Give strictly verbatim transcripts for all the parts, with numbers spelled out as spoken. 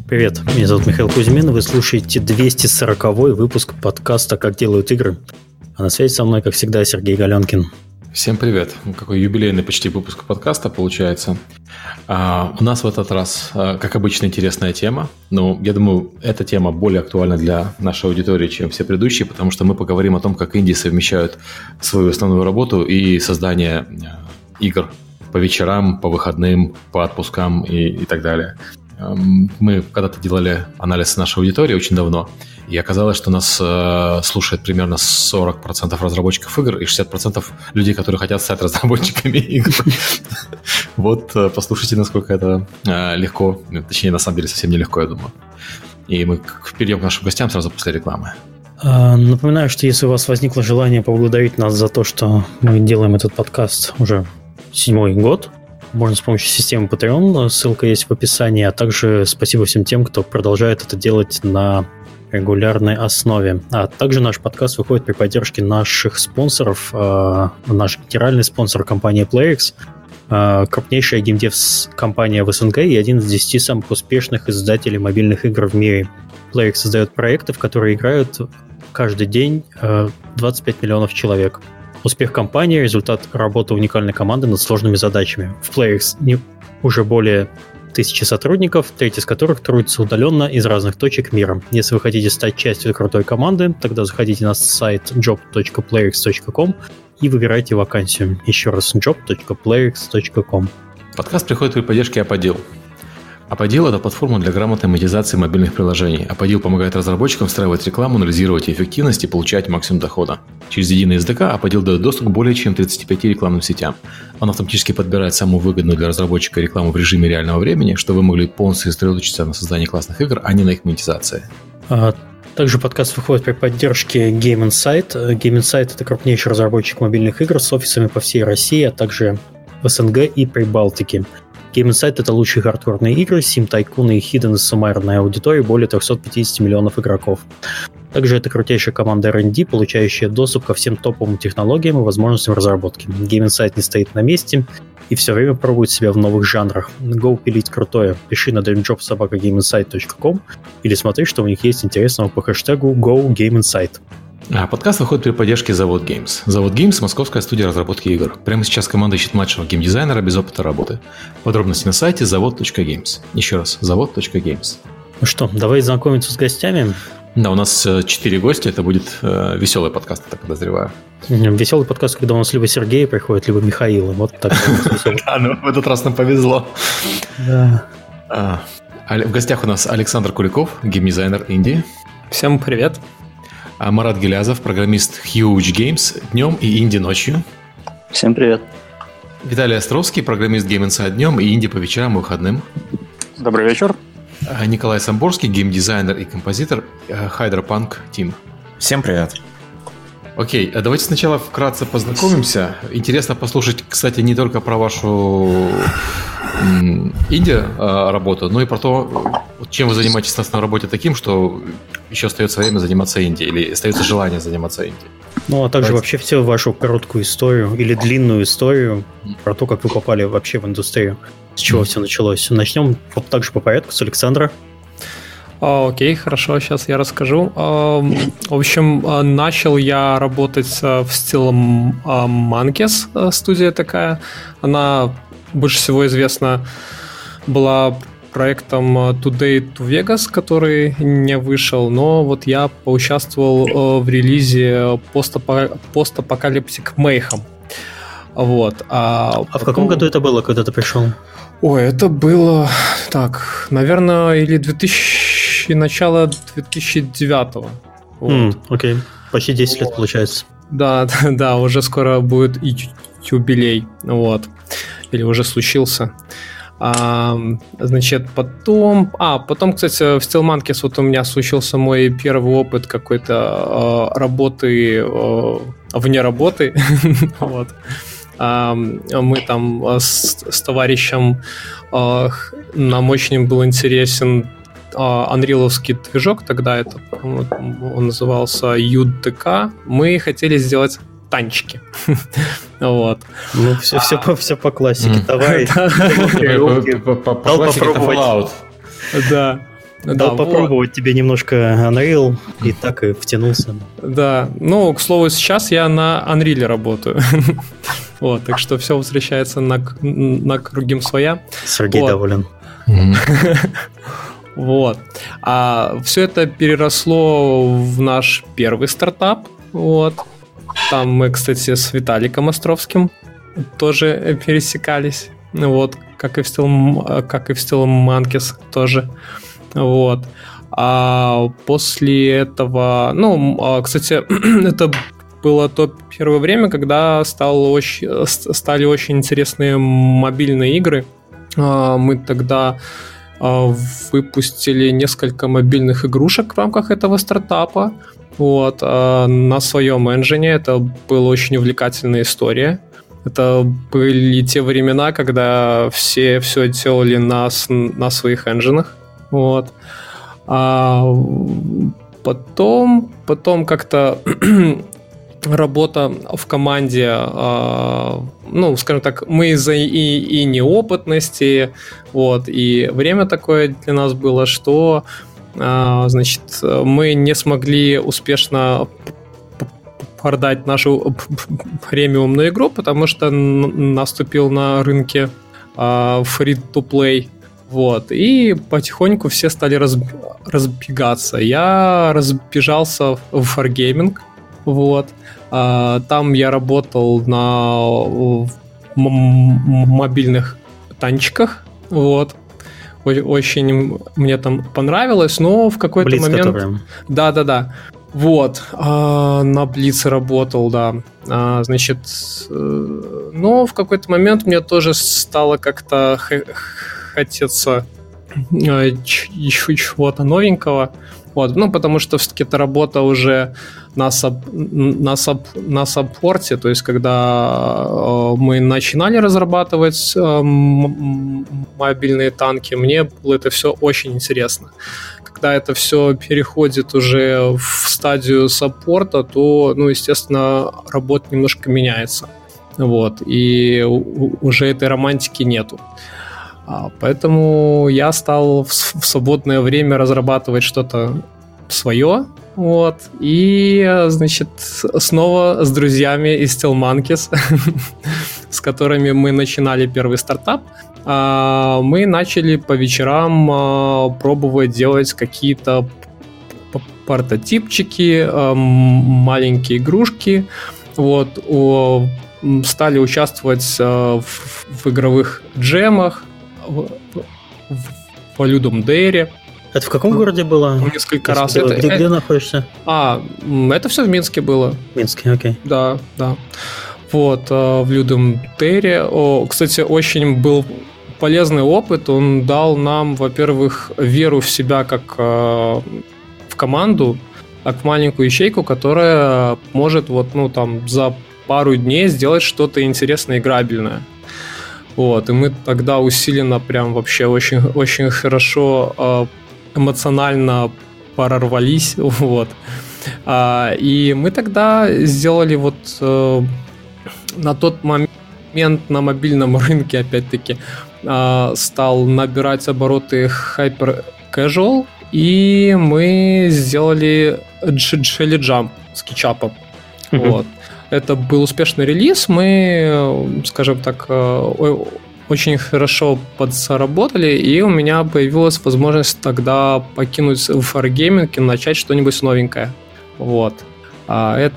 Привет, меня зовут Михаил Кузьмин, вы слушаете двести сороковой выпуск подкаста «Как делают игры». А на связи со мной, как всегда, Сергей Галенкин. Всем привет. Какой юбилейный почти выпуск подкаста получается. А, у нас в этот раз, как обычно, интересная тема. Но я думаю, эта тема более актуальна для нашей аудитории, чем все предыдущие, потому что мы поговорим о том, как инди совмещают свою основную работу и создание игр по вечерам, по выходным, по отпускам и, и так далее. Мы когда-то делали анализ нашей аудитории очень давно, и оказалось, что нас э, слушает примерно сорок процентов разработчиков игр и шестьдесят процентов людей, которые хотят стать разработчиками игр. Вот послушайте, насколько это легко, точнее, на самом деле, совсем нелегко, я думаю. И мы перейдем к нашим гостям сразу после рекламы. Напоминаю, что если у вас возникло желание поблагодарить нас за то, что мы делаем этот подкаст уже седьмой год, можно с помощью системы Patreon, ссылка есть в описании, а также спасибо всем тем, кто продолжает это делать на регулярной основе. А также наш подкаст выходит при поддержке наших спонсоров. Наш генеральный спонсор — компания PlayX, крупнейшая геймдев-компания в СНГ и один из десяти самых успешных издателей мобильных игр в мире. PlayX создает проекты, в которые играют каждый день двадцать пять миллионов человек. Успех компании – результат работы уникальной команды над сложными задачами. В PlayX уже более тысячи сотрудников, треть из которых трудятся удаленно из разных точек мира. Если вы хотите стать частью крутой команды, тогда заходите на сайт джоб точка плей икс точка ком и выбирайте вакансию. Еще раз, джоб точка плей икс точка ком. Подкаст приходит при поддержке Аподил. Аподил – это платформа для грамотной монетизации мобильных приложений. Аподил помогает разработчикам встраивать рекламу, анализировать эффективность и получать максимум дохода. Через единый эс ди кей Аподил дает доступ к более чем тридцати пяти рекламным сетям. Он автоматически подбирает самую выгодную для разработчика рекламу в режиме реального времени, чтобы вы могли полностью сосредоточиться на создании классных игр, а не на их монетизации. А, также подкаст выходит при поддержке Game Insight. Game Insight – это крупнейший разработчик мобильных игр с офисами по всей России, а также в СНГ и Прибалтике. Game Insight — это лучшие хардкорные игры, Sim Tycoon и Hidden с суммарной аудиторией более триста пятьдесят миллионов игроков. Также это крутейшая команда ар энд ди, получающая доступ ко всем топовым технологиям и возможностям разработки. Game Insight не стоит на месте и все время пробует себя в новых жанрах. Go пилить крутое. Пиши на dreamjob собака гейм инсайт точка ком или смотри, что у них есть интересного по хэштегу GoGameInsight. А подкаст выходит при поддержке Завод Games. Завод Games – московская студия разработки игр. Прямо сейчас команда ищет младшего геймдизайнера без опыта работы. Подробности на сайте завод точка геймс. Еще раз, завод точка геймс. Ну что, давай знакомиться с гостями. Да, у нас четыре гостя. Это будет э, веселый подкаст, я так подозреваю. Веселый подкаст, когда у нас либо Сергей приходит, либо Михаил. Вот так. Да, ну в этот раз нам повезло. Да. В гостях у нас Александр Куликов, геймдизайнер инди. Всем привет. Марат Гелязов, программист Huge Games днем и инди ночью. Всем привет. Виталий Островский, программист Game Insight днем и инди по вечерам и выходным. Добрый вечер. Николай Самборский, геймдизайнер и композитор Hydropunk Team. Всем привет. Окей, давайте сначала вкратце познакомимся. Интересно послушать, кстати, не только про вашу инди-работу, но и про то, чем вы занимаетесь на основной работе таким, что еще остается время заниматься инди, или остается желание заниматься инди. Ну, а также Давайте. Вообще всю вашу короткую историю или длинную историю про то, как вы попали вообще в индустрию, с чего mm. все началось. Начнем вот так же по порядку с Александра. Окей, okay, хорошо, сейчас я расскажу. В общем, начал я работать в Still Monkeys, студия такая. Она больше всего известна была проектом Today to Vegas, который не вышел, но вот я поучаствовал в релизе Post-Apocalyptic Mayhem. Вот. А, а потом... в каком году это было, когда ты пришел? Ой, это было, так, наверное, или две тысячи, начало две тысячи девятого. Вот. Mm, окей, почти десять лет получается. Да, да, да, уже скоро будет и юбилей, вот, или уже случился. А, значит, потом... А, потом, кстати, в Still Monkeys вот у меня случился мой первый опыт какой-то э, работы э, вне работы, вот. Мы там с, с товарищем, нам очень был интересен анриловский движок, тогда это, он назывался ю ди кей. Мы хотели сделать танчики. Вот. Ну, все, все, по, все по классике. Давай. По классике это Fallout. Да. Да, Дал вот. Попробовать тебе немножко Unreal, и так и втянулся. Да, ну, к слову, сейчас я на Unreal работаю. Вот, так что все возвращается на, на круги своя. Сергей вот. Доволен. Вот. А все это переросло в наш первый стартап. Вот. Там мы, кстати, с Виталиком Островским тоже пересекались. Вот, как и в Steel, как и в Steelmankes тоже. Вот. А после этого, ну, кстати, это было то первое время, когда стало очень, стали очень интересные мобильные игры. Мы тогда выпустили несколько мобильных игрушек в рамках этого стартапа. Вот, на своем энджине. Это была очень увлекательная история. Это были те времена, когда все все делали на, на своих энджинах. Вот. А потом, потом как-то работа в команде, ну, скажем так, мы из-за и, и неопытности, вот, и время такое для нас было, что, значит, мы не смогли успешно продать нашу премиумную игру, потому что наступил на рынке free-to-play. Вот, и потихоньку все стали разб... разбегаться. Я разбежался в Wargaming. Вот. А, там я работал на м- мобильных танчиках. Вот. Очень мне там понравилось, но в какой-то Блиц, момент... Которые... Да-да-да. Вот. А, на Блице работал, да. А, значит, но в какой-то момент мне тоже стало как-то... Х- хотеться еще чего-то новенького. Вот. Ну, потому что все-таки эта работа уже на, сап, на, сап, на саппорте, то есть когда э, мы начинали разрабатывать э, м- мобильные танки, мне было это все очень интересно. Когда это все переходит уже в стадию саппорта, то, ну, естественно, работа немножко меняется. Вот. И у- уже этой романтики нету. Поэтому я стал в свободное время разрабатывать что-то свое. Вот. И, значит, снова с друзьями из Steelmankes, с которыми мы начинали первый стартап, мы начали по вечерам пробовать делать какие-то прототипчики, маленькие игрушки. Вот. Стали участвовать в, в игровых джемах, по Людом Дейре. Это в каком городе было? Несколько раз. Это, это, где, это, где находишься? А, это все в Минске было. В Минске, окей. Да, да. Вот, в Людом Дейре. О, кстати, очень был полезный опыт. Он дал нам, во-первых, веру в себя как в команду, как в маленькую ячейку, которая может вот, ну, там, за пару дней сделать что-то интересное, играбельное. Вот, и мы тогда усиленно прям вообще очень, очень хорошо эмоционально прорвались, вот. И мы тогда сделали вот на тот момент на мобильном рынке, опять-таки, стал набирать обороты Hyper Casual, и мы сделали Jelly Jump с кетчапом, mm-hmm. вот. Это был успешный релиз, мы, скажем так, очень хорошо подзаработали, и у меня появилась возможность тогда покинуть Wargaming и начать что-нибудь новенькое. Вот. Это,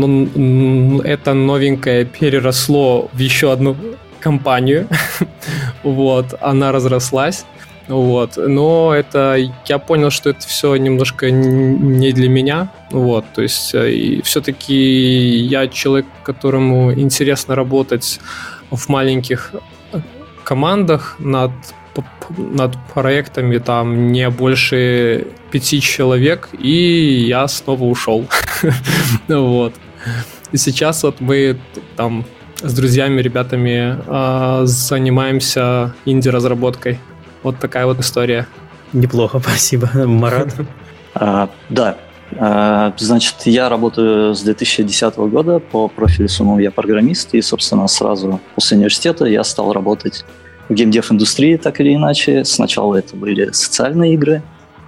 это новенькое переросло в еще одну компанию. Вот. Она разрослась. Вот. Но это я понял, что это все немножко не для меня. Вот. То есть и все-таки я человек, которому интересно работать в маленьких командах над, над проектами там не больше пяти человек, и я снова ушел. Вот. И сейчас вот мы там с друзьями, ребятами занимаемся инди-разработкой. Вот такая вот история. Неплохо, спасибо. Марат? А, да. А, значит, я работаю с две тысячи десятого года по профилю СУМО, я программист, и, собственно, сразу после университета я стал работать в геймдев-индустрии, так или иначе. Сначала это были социальные игры,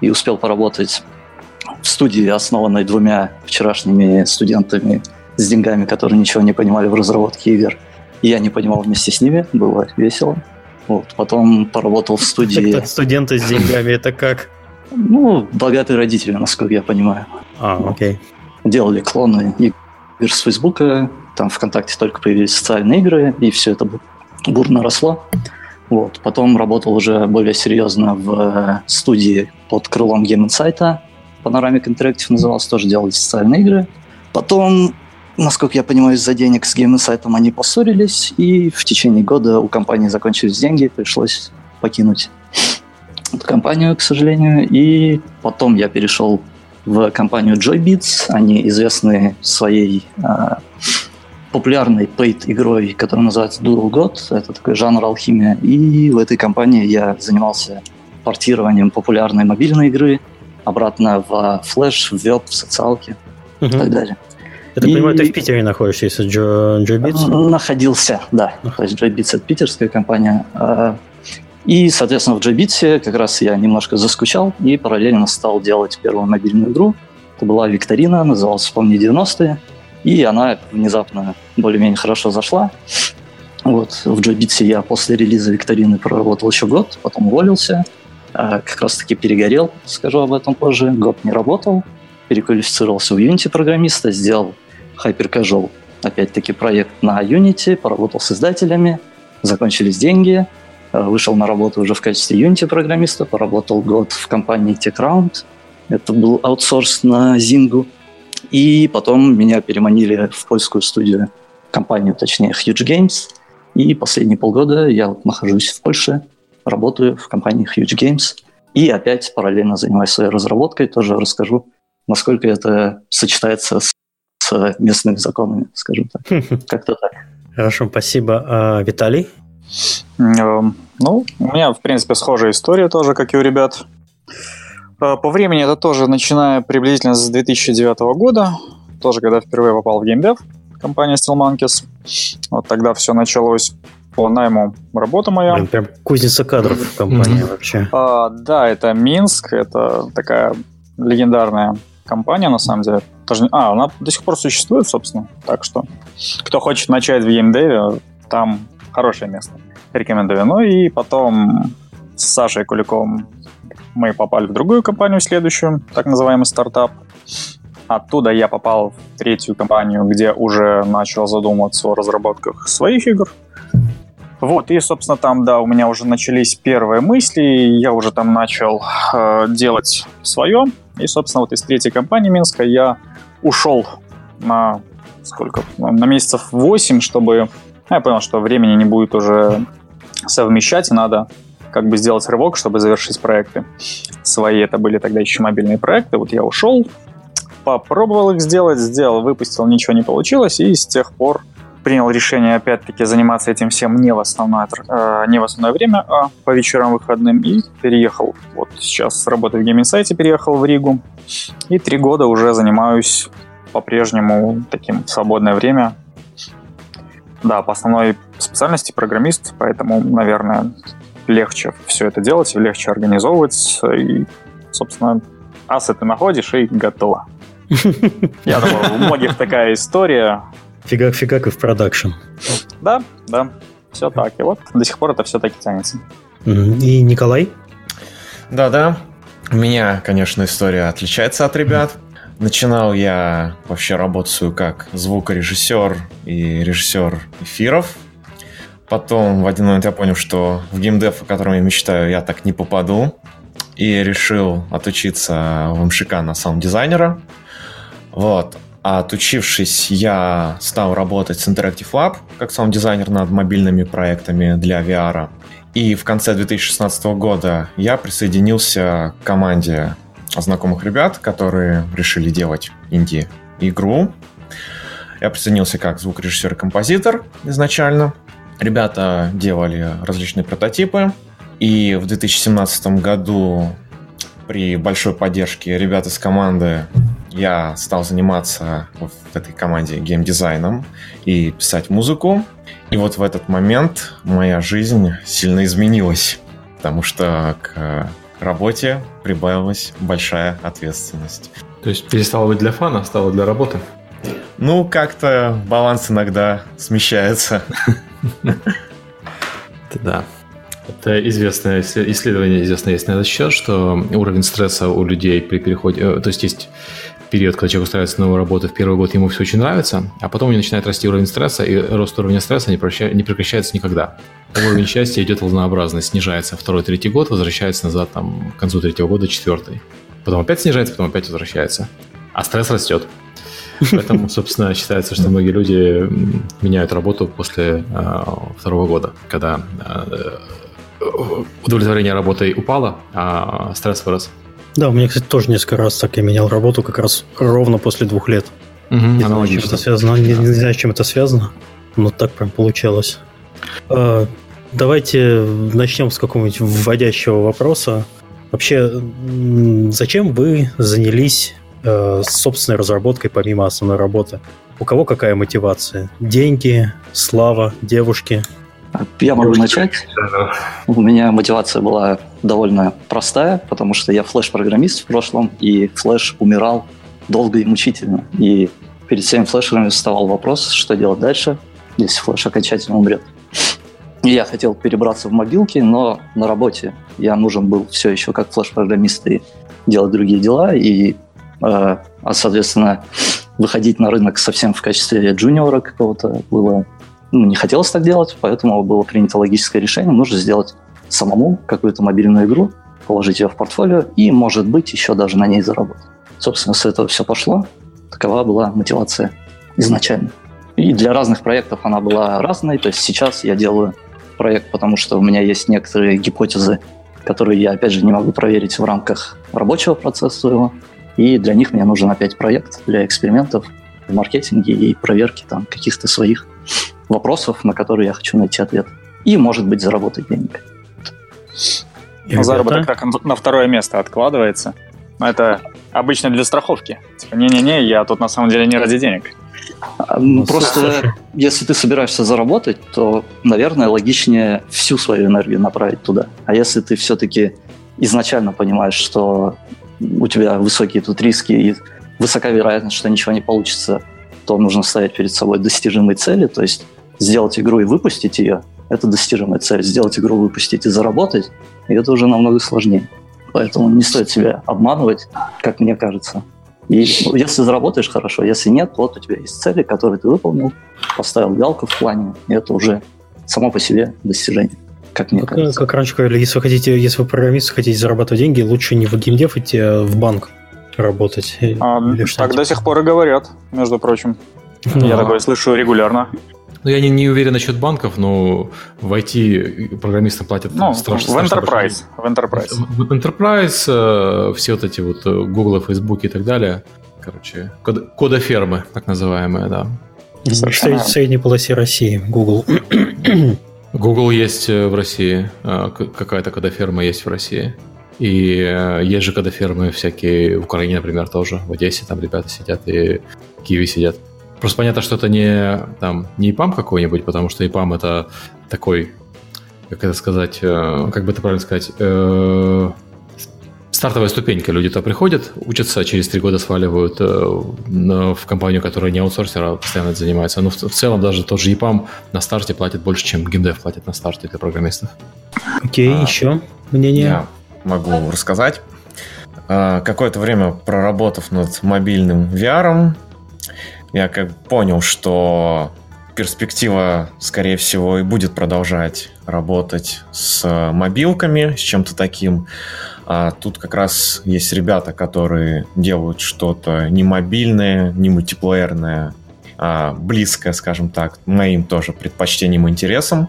и успел поработать в студии, основанной двумя вчерашними студентами с деньгами, которые ничего не понимали в разработке игр. И я не понимал вместе с ними, было весело. Вот. Потом поработал в студии... Студенты с деньгами, это как? Ну, богатые родители, насколько я понимаю. А, окей. Делали клоны игр с Фейсбука, там ВКонтакте только появились социальные игры, и все это бурно росло. Вот. Потом работал уже более серьезно в студии под крылом Game Insight, Panoramic Interactive назывался, тоже делали социальные игры. Потом, насколько я понимаю, из-за денег с Game Insight они поссорились, и в течение года у компании закончились деньги, пришлось покинуть эту компанию, к сожалению. И потом я перешел в компанию Joybits. Они известны своей э, популярной paid игрой, которая называется Doodle God. Это такой жанр алхимия. И в этой компании я занимался портированием популярной мобильной игры обратно в Flash, в веб, в социалки угу. и так далее. Я так и... понимаю, ты в Питере находишься, если Joybits? Находился, да. То есть Joybits — это питерская компания. И, соответственно, в Joybits как раз я немножко заскучал и параллельно стал делать первую мобильную игру. Это была викторина, называлась «Вспомни девяностые». И она внезапно более-менее хорошо зашла. Вот. В Joybits я после релиза викторины проработал еще год, потом уволился. Как раз-таки перегорел, скажу об этом позже. Год не работал. Переквалифицировался в Unity программиста, сделал Hyper Casual. Опять-таки проект на Unity, поработал с издателями, закончились деньги. Вышел на работу уже в качестве Unity-программиста, поработал год в компании TechRound. Это был аутсорс на Zynga. И потом меня переманили в польскую студию, компанию, точнее, Huge Games. И последние полгода я вот нахожусь в Польше, работаю в компании Huge Games. И опять параллельно занимаюсь своей разработкой. Тоже расскажу, насколько это сочетается с, с местными законами, скажем так. Как-то так. Хорошо, спасибо. А, Виталий? Ну, у меня, в принципе, схожая история тоже, как и у ребят. По времени это тоже начиная приблизительно с две тысячи девятого года, тоже когда впервые попал в геймдев, компания Steel Monkeys. Вот тогда все началось по найму работа моя. Блин, прям кузница кадров компания mm-hmm. вообще. А, да, это Минск, это такая легендарная компания, на самом деле. Тоже... А, она до сих пор существует, собственно. Так что, кто хочет начать в геймдеве, там хорошее место. Рекомендую. Ну и потом с Сашей Куликовым мы попали в другую компанию, следующую, так называемый стартап. Оттуда я попал в третью компанию, где уже начал задумываться о разработках своих игр. Вот, и, собственно, там, да, у меня уже начались первые мысли, я уже там начал э, делать свое. И, собственно, вот из третьей компании Минска я ушел на сколько? На месяцев восемь, чтобы... Я понял, что времени не будет уже совмещать, и надо как бы сделать рывок, чтобы завершить проекты свои. Это были тогда еще мобильные проекты. Вот я ушел, попробовал их сделать, сделал, выпустил, ничего не получилось, и с тех пор принял решение опять-таки заниматься этим всем не в основное, э, не в основное время, а по вечерам выходным, и переехал. Вот сейчас работаю в Game Insight, переехал в Ригу, и три года уже занимаюсь по-прежнему таким в свободное время. Да, по основной специальности программист, поэтому, наверное, легче все это делать, легче организовывать, и, собственно, ассеты находишь, и готово. Я думаю, у многих такая история. Фигак-фигак и в продакшн. Да, да, все так. И вот до сих пор это все таки тянется. И Николай? Да-да, у меня, конечно, история отличается от ребят. Начинал я вообще работу свою как звукорежиссер и режиссер эфиров. Потом в один момент я понял, что в геймдев, о котором я мечтаю, я так не попаду. И решил отучиться в эм шэ ка на саунд-дизайнера. Вот. А отучившись, я стал работать с Interactive Lab как саунд-дизайнер над мобильными проектами для ви ар. И в конце две тысячи шестнадцатого года я присоединился к команде знакомых ребят, которые решили делать инди-игру. Я присоединился как звукорежиссер и композитор изначально. Ребята делали различные прототипы. И в две тысячи семнадцатом году при большой поддержке ребят из команды я стал заниматься в этой команде геймдизайном и писать музыку. И вот в этот момент моя жизнь сильно изменилась, потому что к работе прибавилась большая ответственность. То есть перестало быть для фана, стало для работы? Ну, как-то баланс иногда смещается. Да. Это известное исследование, известное есть на этот счет, что уровень стресса у людей при переходе... То есть есть период, когда человек устраивается на новую работу, в первый год ему все очень нравится, а потом у него начинает расти уровень стресса, и рост уровня стресса не, проща... не прекращается никогда. Уровень счастья идет волнообразно, снижается второй-третий год, возвращается назад там, к концу третьего года, четвертый. Потом опять снижается, потом опять возвращается. А стресс растет. Поэтому, собственно, считается, что многие люди меняют работу после э, второго года, когда э, удовлетворение работой упало, а стресс вырос. Да, у меня, кстати, тоже несколько раз так я менял работу, как раз ровно после двух лет. Угу, не знаю, с чем это связано, не, не знаю, с чем это связано, но так прям получалось. А, давайте начнем с какого-нибудь вводящего вопроса. Вообще, зачем вы занялись э, собственной разработкой помимо основной работы? У кого какая мотивация? Деньги, слава, девушки? Я могу начать. У меня мотивация была довольно простая, потому что я флеш-программист в прошлом, и флеш умирал долго и мучительно. И перед всеми флешерами вставал вопрос, что делать дальше, если флеш окончательно умрет. И я хотел перебраться в мобилки, но на работе я нужен был все еще как флеш-программист и делать другие дела, и, э, а, соответственно, выходить на рынок совсем в качестве джуниора какого-то было... Ну, не хотелось так делать, поэтому было принято логическое решение. Нужно сделать самому какую-то мобильную игру, положить ее в портфолио и, может быть, еще даже на ней заработать. Собственно, с этого все пошло. Такова была мотивация изначально. И для разных проектов она была разной. То есть сейчас я делаю проект, потому что у меня есть некоторые гипотезы, которые я, опять же, не могу проверить в рамках рабочего процесса своего. И для них мне нужен опять проект для экспериментов в маркетинге и проверки там каких-то своих вопросов, на которые я хочу найти ответ. И, может быть, заработать денег. И заработок так на второе место откладывается. Но это обычно для страховки. Типа, не-не-не, я тут на самом деле не ради денег. Ну, просто, слушай, если ты собираешься заработать, то, наверное, логичнее всю свою энергию направить туда. А если ты все-таки изначально понимаешь, что у тебя высокие тут риски и высока вероятность, что ничего не получится, то нужно ставить перед собой достижимые цели, то есть сделать игру и выпустить ее – это достижимая цель. Сделать игру, выпустить и заработать – и это уже намного сложнее. Поэтому не стоит себя обманывать, как мне кажется. И если заработаешь – хорошо, если нет, вот у тебя есть цели, которые ты выполнил, поставил галку в плане, и это уже само по себе достижение, как мне как, кажется. Как раньше говорили, если вы хотите, если вы программист, хотите зарабатывать деньги, лучше не в геймдев идти, а в банк работать. А, так до сих пор и говорят, между прочим. Ну, я такое слышу регулярно. Ну, я не, не уверен насчет банков, но в ай ти программистам платят ну, страшно. В Enterprise. В Enterprise. В Enterprise э, все вот эти вот Google, Facebook и так далее. Короче, код, кодофермы, так называемые, да. В средней полосе России, Google. Google есть в России, какая-то кодоферма есть в России. И есть же кодофермы всякие, в Украине, например, тоже. В Одессе там ребята сидят и в Киеве сидят. Просто понятно, что это не, там, не ИПАМ какой-нибудь, потому что ИПАМ это такой, как это сказать, как бы это правильно сказать, э, стартовая ступенька. Люди туда приходят, учатся, через три года сваливают э, в компанию, которая не аутсорсер, а постоянно это занимается. Но в, в целом даже тот же ИПАМ на старте платит больше, чем геймдев платит на старте для программистов. Окей, а, еще мнение? Я могу рассказать. А, какое-то время проработав над мобильным ви ар, я как бы понял, что перспектива, скорее всего, и будет продолжать работать с мобилками, с чем-то таким. А тут как раз есть ребята, которые делают что-то не мобильное, не мультиплеерное, а близкое, скажем так, моим тоже предпочтениям и интересам.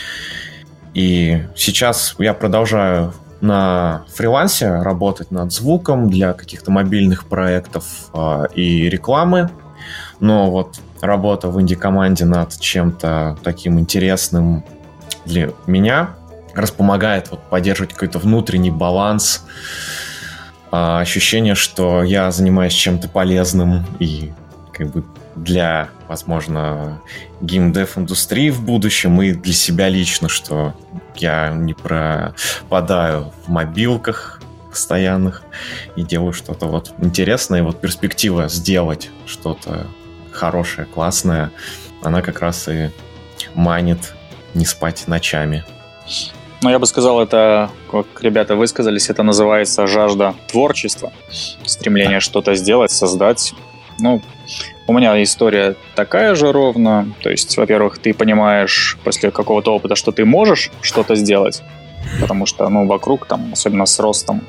И сейчас я продолжаю на фрилансе работать над звуком для каких-то мобильных проектов а, и рекламы. Но вот работа в инди-команде над чем-то таким интересным для меня распомогает вот поддерживать какой-то внутренний баланс, ощущение, что я занимаюсь чем-то полезным и как бы для, возможно, геймдев-индустрии в будущем и для себя лично, что я не пропадаю в мобилках, постоянных и делаю что-то вот интересное. И вот перспектива сделать что-то хорошее, классное, она как раз и манит не спать ночами. Ну, я бы сказал, это, как ребята высказались, это называется жажда творчества, стремление что-то сделать, создать. Ну, у меня история такая же ровно. То есть, во-первых, ты понимаешь после какого-то опыта, что ты можешь что-то сделать, потому что, ну, вокруг, там, особенно с ростом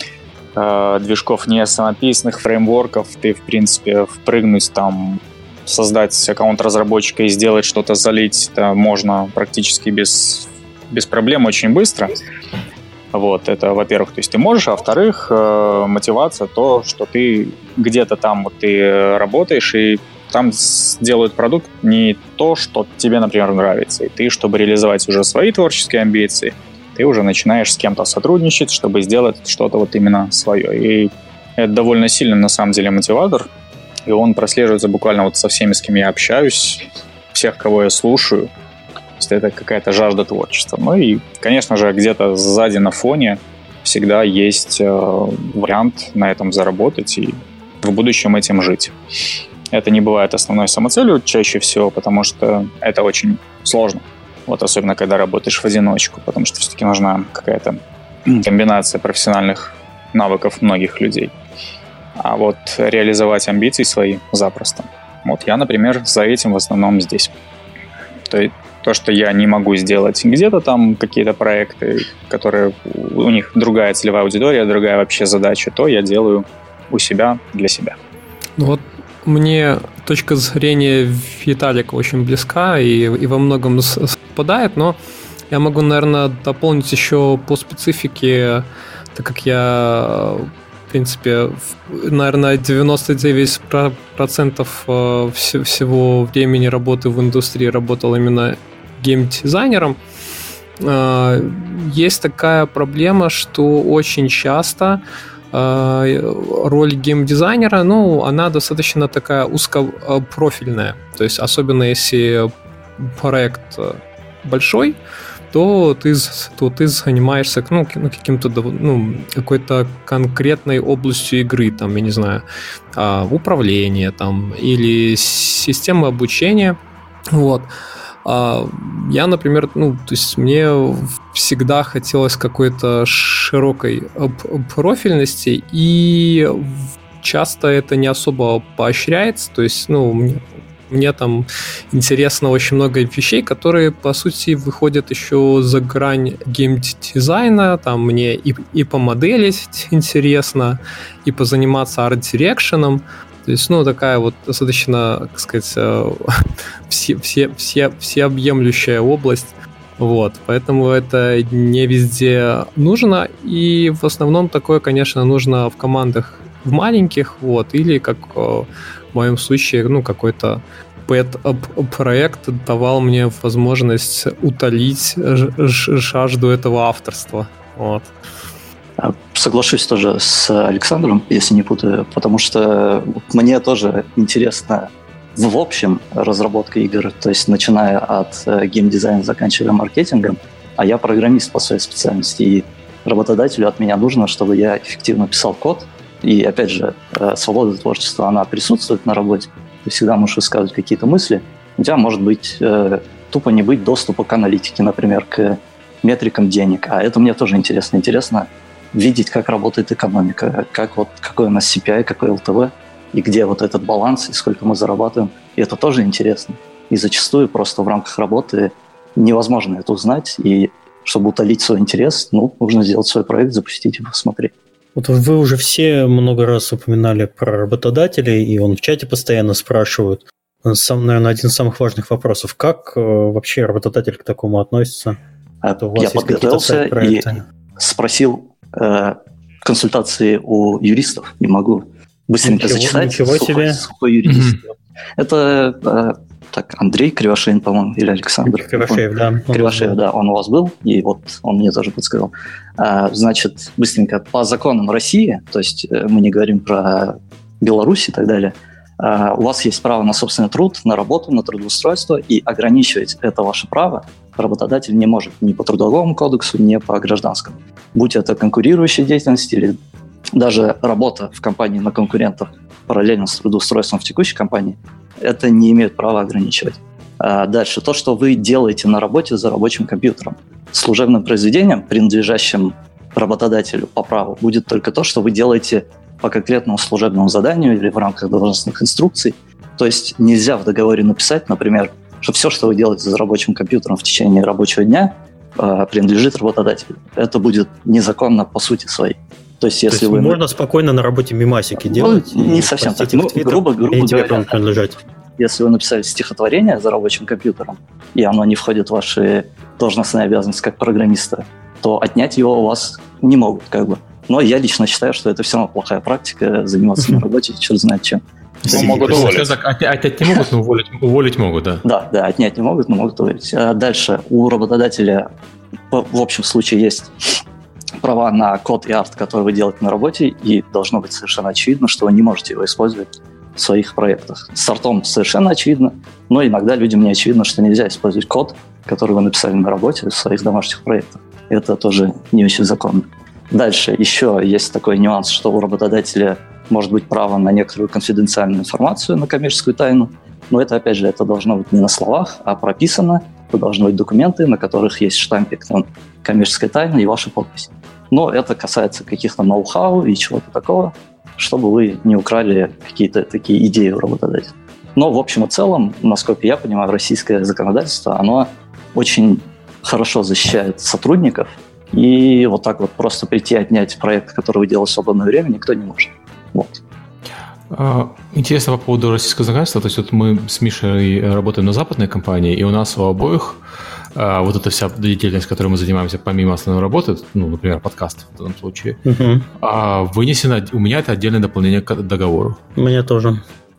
э, движков не самописных, фреймворков, ты, в принципе, впрыгнуть там, создать аккаунт разработчика и сделать что-то, залить, это можно практически без, без проблем очень быстро. Вот, это, во-первых, то есть ты можешь, а во-вторых, э, мотивация, то, что ты где-то там вот ты работаешь, и там делают продукт не то, что тебе, например, нравится. И ты, чтобы реализовать уже свои творческие амбиции, ты уже начинаешь с кем-то сотрудничать, чтобы сделать что-то вот именно свое. И это довольно сильный, на самом деле, мотиватор, и он прослеживается буквально вот со всеми, с кем я общаюсь, всех, кого я слушаю. То есть это какая-то жажда творчества. Ну и, конечно же, где-то сзади на фоне всегда есть э, вариант на этом заработать и в будущем этим жить. Это не бывает основной самоцелью чаще всего, потому что это очень сложно. Вот особенно, когда работаешь в одиночку, потому что все-таки нужна какая-то комбинация профессиональных навыков многих людей. А вот реализовать амбиции свои запросто. Вот я, например, за этим в основном здесь. То есть то, что я не могу сделать где-то там какие-то проекты, которые у них другая целевая аудитория, другая вообще задача, то я делаю у себя для себя. Вот мне точка зрения Виталика очень близка и, и во многом совпадает, но я могу, наверное, дополнить еще по специфике, так как я, в принципе, наверное, девяносто девять процентов всего времени работы в индустрии работал именно геймдизайнером. Есть такая проблема, что очень часто роль геймдизайнера, ну, она достаточно такая узкопрофильная. То есть, особенно если проект большой, то ты, то ты занимаешься, ну, каким-то, ну, какой-то конкретной областью игры, там, я не знаю, управление, там, или системы обучения. Вот. Я, например, ну, то есть мне всегда хотелось какой-то широкой профильности, и часто это не особо поощряется, то есть, ну, мне, мне там интересно очень много вещей, которые, по сути, выходят еще за грань геймдизайна, там мне и, и помоделить интересно, и позаниматься арт-дирекшеном. То есть, ну, такая вот достаточно, так сказать, все, все, все, всеобъемлющая область. Вот. Поэтому это не везде нужно. И в основном такое, конечно, нужно в командах в маленьких, вот, или, как в моем случае, ну, какой-то пэт-проект давал мне возможность утолить жажду этого авторства. Вот. Соглашусь тоже с Александром, если не путаю, потому что мне тоже интересно в общем разработка игр, то есть начиная от геймдизайна, заканчивая маркетингом, а я программист по своей специальности, и работодателю от меня нужно, чтобы я эффективно писал код, и опять же, свобода творчества, она присутствует на работе, ты всегда можешь высказывать какие-то мысли, у тебя может быть тупо не быть доступа к аналитике, например, к метрикам денег, а это мне тоже интересно, интересно видеть, как работает экономика, как вот, какой у нас си пи ай, какой эл ти ви, и где вот этот баланс, и сколько мы зарабатываем. И это тоже интересно. И зачастую просто в рамках работы невозможно это узнать, и чтобы утолить свой интерес, ну, нужно сделать свой проект, запустить и посмотреть. Вот вы уже все много раз упоминали про работодателей, и он в чате постоянно спрашивают. Сам, наверное, один из самых важных вопросов. Как э, вообще работодатель к такому относится? А, я подготовился и спросил э, консультации у юристов. Не могу быстренько ничего, зачитать. Ничего сухой, себе. Сухой юрист. Mm-hmm. Это э, так, Андрей Кривошеин, по-моему, или Александр. Кривошеев, он, да. Кривошеев, да, он у вас был, и вот он мне тоже подсказал. А, значит, быстренько, по законам России, то есть мы не говорим про Беларусь и так далее, э, у вас есть право на собственный труд, на работу, на трудоустройство, и ограничивать это ваше право работодатель не может ни по трудовому кодексу, ни по гражданскому. Будь это конкурирующая деятельность или даже работа в компании на конкурентах параллельно с трудоустройством в текущей компании, это не имеют права ограничивать. А дальше, то, что вы делаете на работе за рабочим компьютером. Служебным произведением, принадлежащим работодателю по праву, будет только то, что вы делаете по конкретному служебному заданию или в рамках должностных инструкций. То есть нельзя в договоре написать, например, что все, что вы делаете за рабочим компьютером в течение рабочего дня, принадлежит работодателю. Это будет незаконно по сути своей. То есть, если То есть вы... можно спокойно на работе мемасики делать? Ну, не совсем так. Ну, грубо, грубо и тебе говоря, принадлежать. Если вы написали стихотворение за рабочим компьютером, и оно не входит в ваши должностные обязанности как программиста, то отнять его у вас не могут, как бы. Но я лично считаю, что это все равно плохая практика, заниматься на работе, черт знает чем. Ну, могут уволить. Отнять не могут, но уволить, уволить могут, да. Да, да, отнять не могут, но могут уволить. А дальше у работодателя в общем случае есть права на код и арт, который вы делаете на работе, и должно быть совершенно очевидно, что вы не можете его использовать в своих проектах. С артом совершенно очевидно, но иногда людям не очевидно, что нельзя использовать код, который вы написали на работе в своих домашних проектах. Это тоже не очень законно. Дальше еще есть такой нюанс, что у работодателя может быть право на некоторую конфиденциальную информацию, на коммерческую тайну, но это, опять же, это должно быть не на словах, а прописано. Это должны быть документы, на которых есть штампик там, коммерческой тайны и ваша подпись. Но это касается каких-то ноу-хау и чего-то такого, чтобы вы не украли какие-то такие идеи у работодателя. Но в общем и целом, насколько я понимаю, российское законодательство, оно очень хорошо защищает сотрудников, и вот так вот просто прийти и отнять проект, который вы делаете в свободное время, никто не может. Вот. Интересно по поводу российского законодательства. То есть вот мы с Мишей работаем на западной компании, и у нас у обоих а, вот эта вся деятельность, которой мы занимаемся помимо основной работы, ну, например, подкаст в данном случае, uh-huh. а, вынесено, у меня это отдельное дополнение к договору. У меня тоже.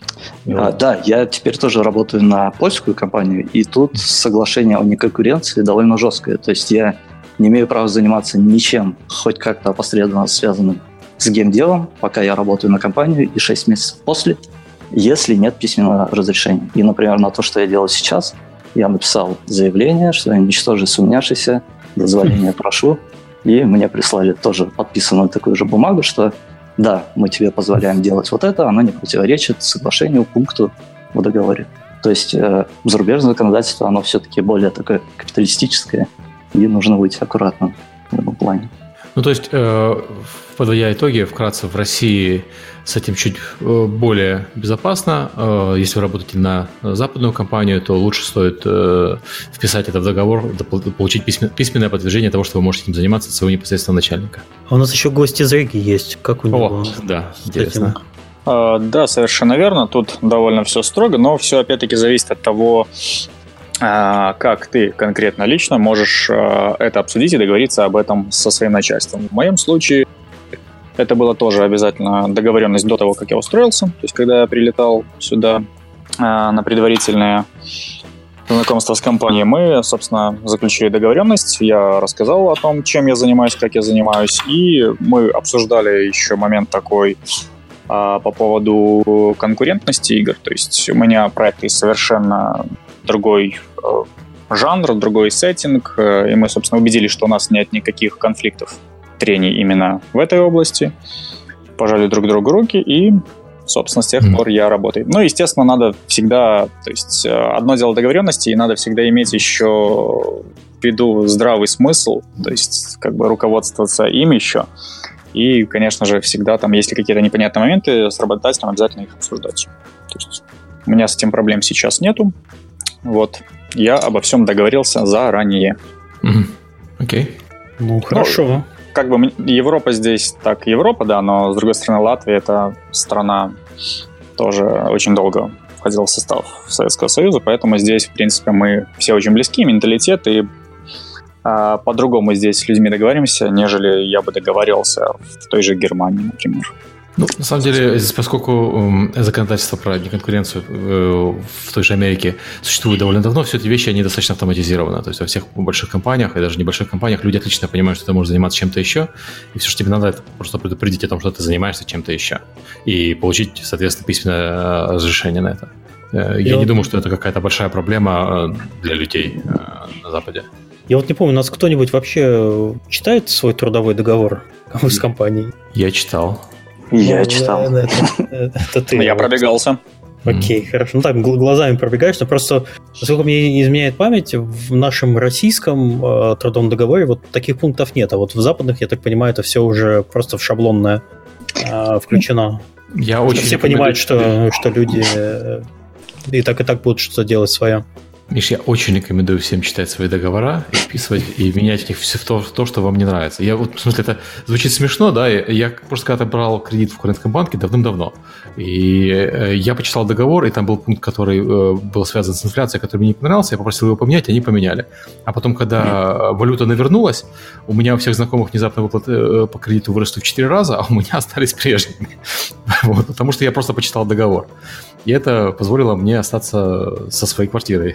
А, да, я теперь тоже работаю на польскую компанию, и тут соглашение о неконкуренции довольно жесткое. То есть я не имею права заниматься ничем, хоть как-то опосредованно связанным с геймделом, пока я работаю на компанию, и шесть месяцев после, если нет письменного разрешения. И, например, на то, что я делаю сейчас, я написал заявление, что я ничтоже сумняшися, дозволения прошу, и мне прислали тоже подписанную такую же бумагу, что да, мы тебе позволяем делать вот это, оно не противоречит соглашению, пункту в договоре. То есть э, зарубежное законодательство, оно все-таки более такое капиталистическое, и нужно быть аккуратным в этом плане. Ну, то есть, э, подводя итоги, вкратце, в России с этим чуть более безопасно. Э, если вы работаете на западную компанию, то лучше стоит э, вписать это в договор, получить письмен, письменное подтверждение того, что вы можете этим заниматься от своего непосредственного начальника. А у нас еще гости из Риги есть. Как у него? О, да, интересно. А, да, совершенно верно. Тут довольно все строго, но все опять-таки зависит от того, как ты конкретно лично можешь это обсудить и договориться об этом со своим начальством. В моем случае это было тоже обязательно договоренность до того, как я устроился. То есть, когда я прилетал сюда на предварительное знакомство с компанией, мы, собственно, заключили договоренность. Я рассказал о том, чем я занимаюсь, как я занимаюсь, и мы обсуждали еще момент такой по поводу конкурентности игр. То есть у меня проекты совершенно другой э, жанр, другой сеттинг, э, и мы, собственно, убедились, что у нас нет никаких конфликтов, трений именно в этой области. Пожали друг другу руки, и, собственно, с тех mm-hmm. пор я работаю. Ну, естественно, надо всегда, то есть одно дело договоренности, и надо всегда иметь еще в виду здравый смысл, то есть как бы руководствоваться им еще. И, конечно же, всегда там, если какие-то непонятные моменты, с работодателем обязательно их обсуждать. То есть у меня с этим проблем сейчас нету. Вот, я обо всем договорился заранее. Окей. Mm-hmm. Okay. Ну, хорошо. Ну, как бы Европа здесь так Европа, да, но, с другой стороны, Латвия — это страна тоже очень долго входила в состав Советского Союза, поэтому здесь, в принципе, мы все очень близки, менталитет, и а, по-другому здесь с людьми договоримся, нежели я бы договаривался в той же Германии, например. Ну, на самом деле, поскольку э, законодательство про неконкуренцию э, в той же Америке существует довольно давно, все эти вещи, они достаточно автоматизированы. То есть во всех больших компаниях, и даже небольших компаниях, люди отлично понимают, что ты можешь заниматься чем-то еще, и все, что тебе надо, это просто предупредить о том, что ты занимаешься чем-то еще, и получить, соответственно, письменное разрешение на это. Э, я вот... не думаю, что это какая-то большая проблема для людей э, на Западе. Я вот не помню, у нас кто-нибудь вообще читает свой трудовой договор с компанией? Я читал. Я читал. Это, это, это ты. Я пробегался. Окей, mm-hmm. хорошо. Ну так, глазами пробегаешься. Просто, насколько мне не изменяет память, в нашем российском э, трудовом договоре вот таких пунктов нет. А вот в западных, я так понимаю, это все уже просто в шаблонное э, включено. Я очень все понимают, что, что люди э, и так и так будут что-то делать свое. Миш, я очень рекомендую всем читать свои договора, и вписывать и менять в них все то, то, что вам не нравится. Я вот, в смысле, это звучит смешно, да? Я просто когда-то брал кредит в Курентском банке давным-давно, и я почитал договор, и там был пункт, который был связан с инфляцией, который мне не понравился, я попросил его поменять, они поменяли. А потом, когда валюта навернулась, у меня у всех знакомых внезапно выплаты по кредиту выросли в четыре раза, а у меня остались прежними. Вот, потому что я просто почитал договор. И это позволило мне остаться со своей квартирой.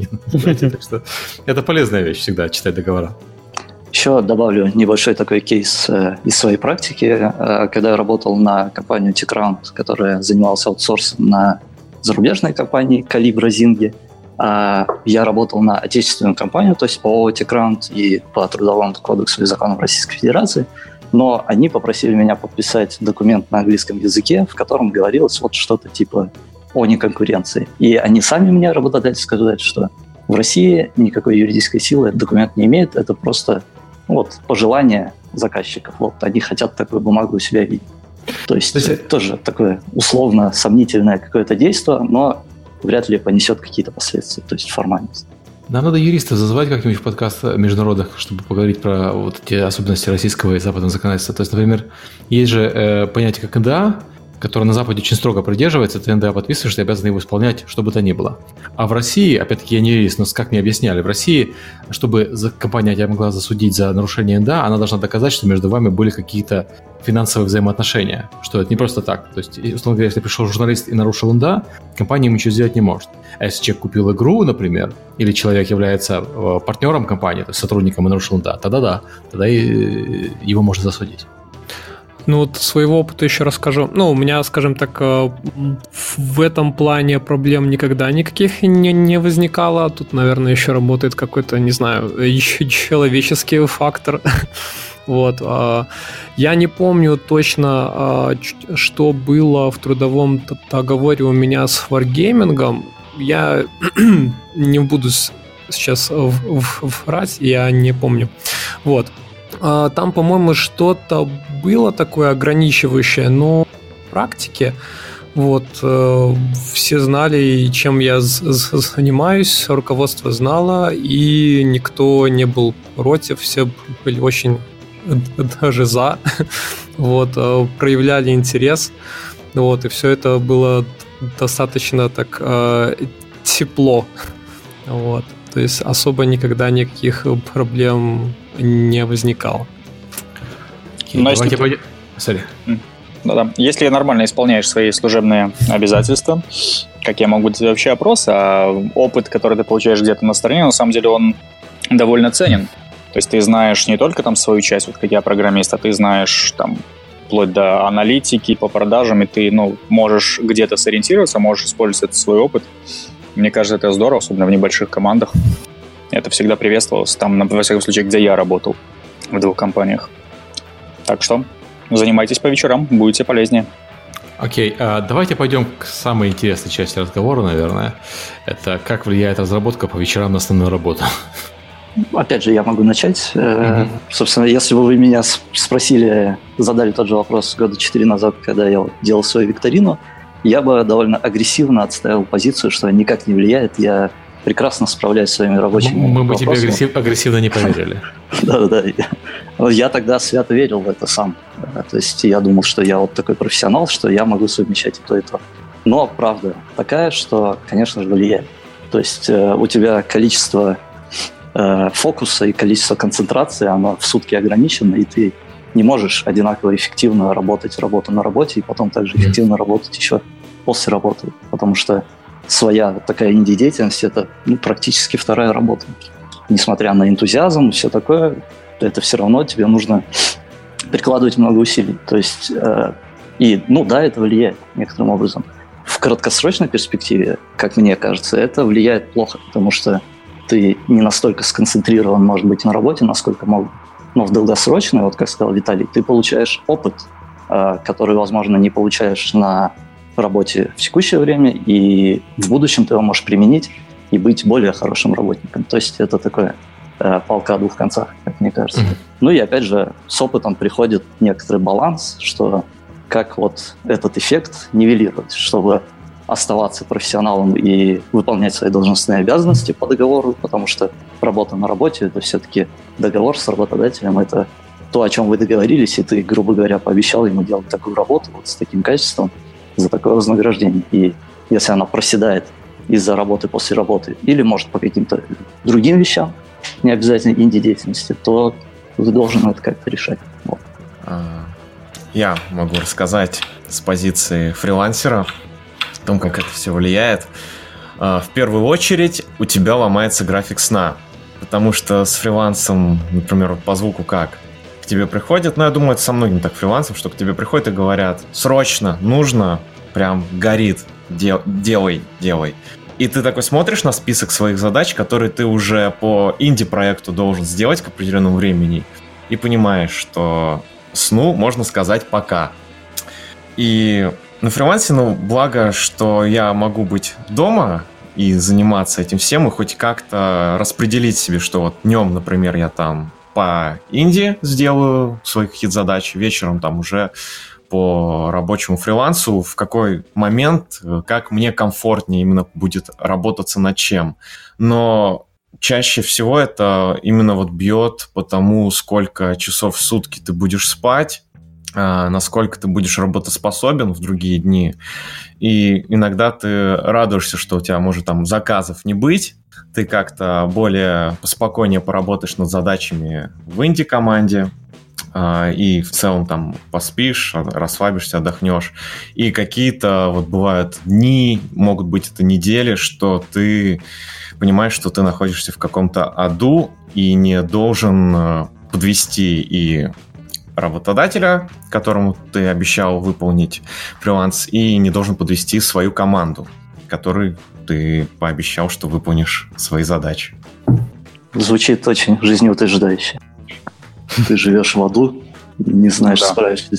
Так что это полезная вещь всегда, читать договора. Еще добавлю небольшой такой кейс э, из своей практики. Э, когда я работал на компанию TechRound, которая занималась аутсорсом на зарубежной компании Calibra Zing, э, я работал на отечественную компанию, то есть по TechRound и по Трудовому кодексу и законам Российской Федерации, но они попросили меня подписать документ на английском языке, в котором говорилось вот что-то типа о неконкуренции. И они сами мне, работодатели, сказали, что в России никакой юридической силы этот документ не имеет, это просто вот пожелание заказчиков. Вот они хотят такую бумагу у себя видеть. То есть, То есть тоже такое условно сомнительное какое-то действие, но вряд ли понесет какие-то последствия, то есть формальность. Нам надо юристов зазывать как-нибудь в подкаст международных, чтобы поговорить про вот эти особенности российского и западного законодательства. То есть, например, есть же э, понятие как эн дэ а, которое на Западе очень строго придерживается, ты эн дэ а подписываешь, ты обязан его исполнять, что бы то ни было. А в России, опять-таки, я не юрист, но как мне объясняли, в России, чтобы компания тебя могла засудить за нарушение эн дэ а, она должна доказать, что между вами были какие-то финансовые взаимоотношения, что это не просто так. То есть, условно говоря, если пришел журналист и нарушил эн дэ а, компания ему ничего сделать не может. А если человек купил игру, например, или человек является партнером компании, то есть сотрудником и нарушил эн дэ а, тогда да, тогда и его можно засудить. Ну, вот своего опыта еще расскажу. Ну, у меня, скажем так, в этом плане проблем никогда никаких не, не возникало. Тут, наверное, еще работает какой-то, не знаю, еще человеческий фактор. Вот. Я не помню точно, что было в трудовом договоре у меня с Wargaming. Я не буду сейчас врать, я не помню. Вот. Там, по-моему, что-то было такое ограничивающее, но в практике вот, э, все знали, чем я занимаюсь, руководство знало, и никто не был против, все были очень даже за, вот, проявляли интерес, вот, и все это было достаточно так э, тепло, вот. То есть особо никогда никаких проблем не возникало. Okay, Но если... Пойдем... Sorry. Да-да. Если нормально исполняешь свои служебные обязательства, как я могу делать вообще опрос, а опыт, который ты получаешь где-то на стороне, на самом деле он довольно ценен. То есть ты знаешь не только там свою часть, вот как я программист, а ты знаешь там вплоть до аналитики по продажам, и ты ну, можешь где-то сориентироваться, можешь использовать этот свой опыт. Мне кажется, это здорово, особенно в небольших командах. Это всегда приветствовалось. Там, во всяком случае, где я работал, в двух компаниях. Так что занимайтесь по вечерам, будете полезнее. Окей, okay, давайте пойдем к самой интересной части разговора, наверное. Это как влияет разработка по вечерам на основную работу. Опять же, я могу начать. Mm-hmm. Собственно, если бы вы меня спросили, задали тот же вопрос года четыре назад, когда я делал свою викторину, я бы довольно агрессивно отставил позицию, что никак не влияет. Я прекрасно справляюсь с своими рабочими Мы бы вопросами. тебе агрессив, агрессивно не поверили. Да-да-да. Я тогда свято верил в это сам. То есть я думал, что я вот такой профессионал, что я могу совмещать и то, и то. Но правда такая, что, конечно же, влияет. То есть у тебя количество фокуса и количество концентрации, оно в сутки ограничено, и ты не можешь одинаково эффективно работать работу на работе и потом также эффективно работать еще после работы, потому что своя такая инди-деятельность – это ну, практически вторая работа. Несмотря на энтузиазм и все такое, это все равно тебе нужно прикладывать много усилий. То есть, э, и, ну да, это влияет некоторым образом. В краткосрочной перспективе, как мне кажется, это влияет плохо, потому что ты не настолько сконцентрирован, может быть, на работе, насколько мог. Но в долгосрочной, вот как сказал Виталий, ты получаешь опыт, э, который, возможно, не получаешь на работе в текущее время, и в будущем ты его можешь применить и быть более хорошим работником. То есть это такое э, палка о двух концах, как мне кажется. Mm-hmm. Ну и опять же, с опытом приходит некоторый баланс, что как вот этот эффект нивелировать, чтобы оставаться профессионалом и выполнять свои должностные обязанности по договору, потому что работа на работе – это все-таки договор с работодателем, это то, о чем вы договорились, и ты, грубо говоря, пообещал ему делать такую работу вот с таким качеством за такое вознаграждение. И если она проседает из-за работы после работы или, может, по каким-то другим вещам, не обязательно инди-деятельности, то ты должен это как-то решать. Вот. Я могу рассказать с позиции фрилансера о том, как это все влияет. В первую очередь у тебя ломается график сна, потому что с фрилансом, например, вот по звуку как? К тебе приходят, ну я думаю, это со многими так фрилансом, что к тебе приходят и говорят: срочно, нужно, прям горит, дел, делай, делай. И ты такой смотришь на список своих задач, которые ты уже по инди-проекту должен сделать к определенному времени, и понимаешь, что сну можно сказать пока. И на фрилансе, ну, благо, что я могу быть дома и заниматься этим всем, и хоть как-то распределить себе, что вот днем, например, я там по инди сделаю свои какие-то задачи, вечером там уже по рабочему фрилансу, в какой момент, как мне комфортнее именно будет работаться над чем. Но чаще всего это именно вот бьет по тому, сколько часов в сутки ты будешь спать, насколько ты будешь работоспособен в другие дни. И иногда ты радуешься, что у тебя может там заказов не быть, ты как-то более поспокойнее поработаешь над задачами в инди-команде, и в целом там поспишь, расслабишься, отдохнешь. И какие-то вот бывают дни, могут быть это недели, что ты понимаешь, что ты находишься в каком-то аду и не должен подвести и работодателя, которому ты обещал выполнить фриланс, и не должен подвести свою команду, которой ты пообещал, что выполнишь свои задачи. Звучит очень жизнеутверждающе. Ты живешь в аду, не знаешь, да. Справишься.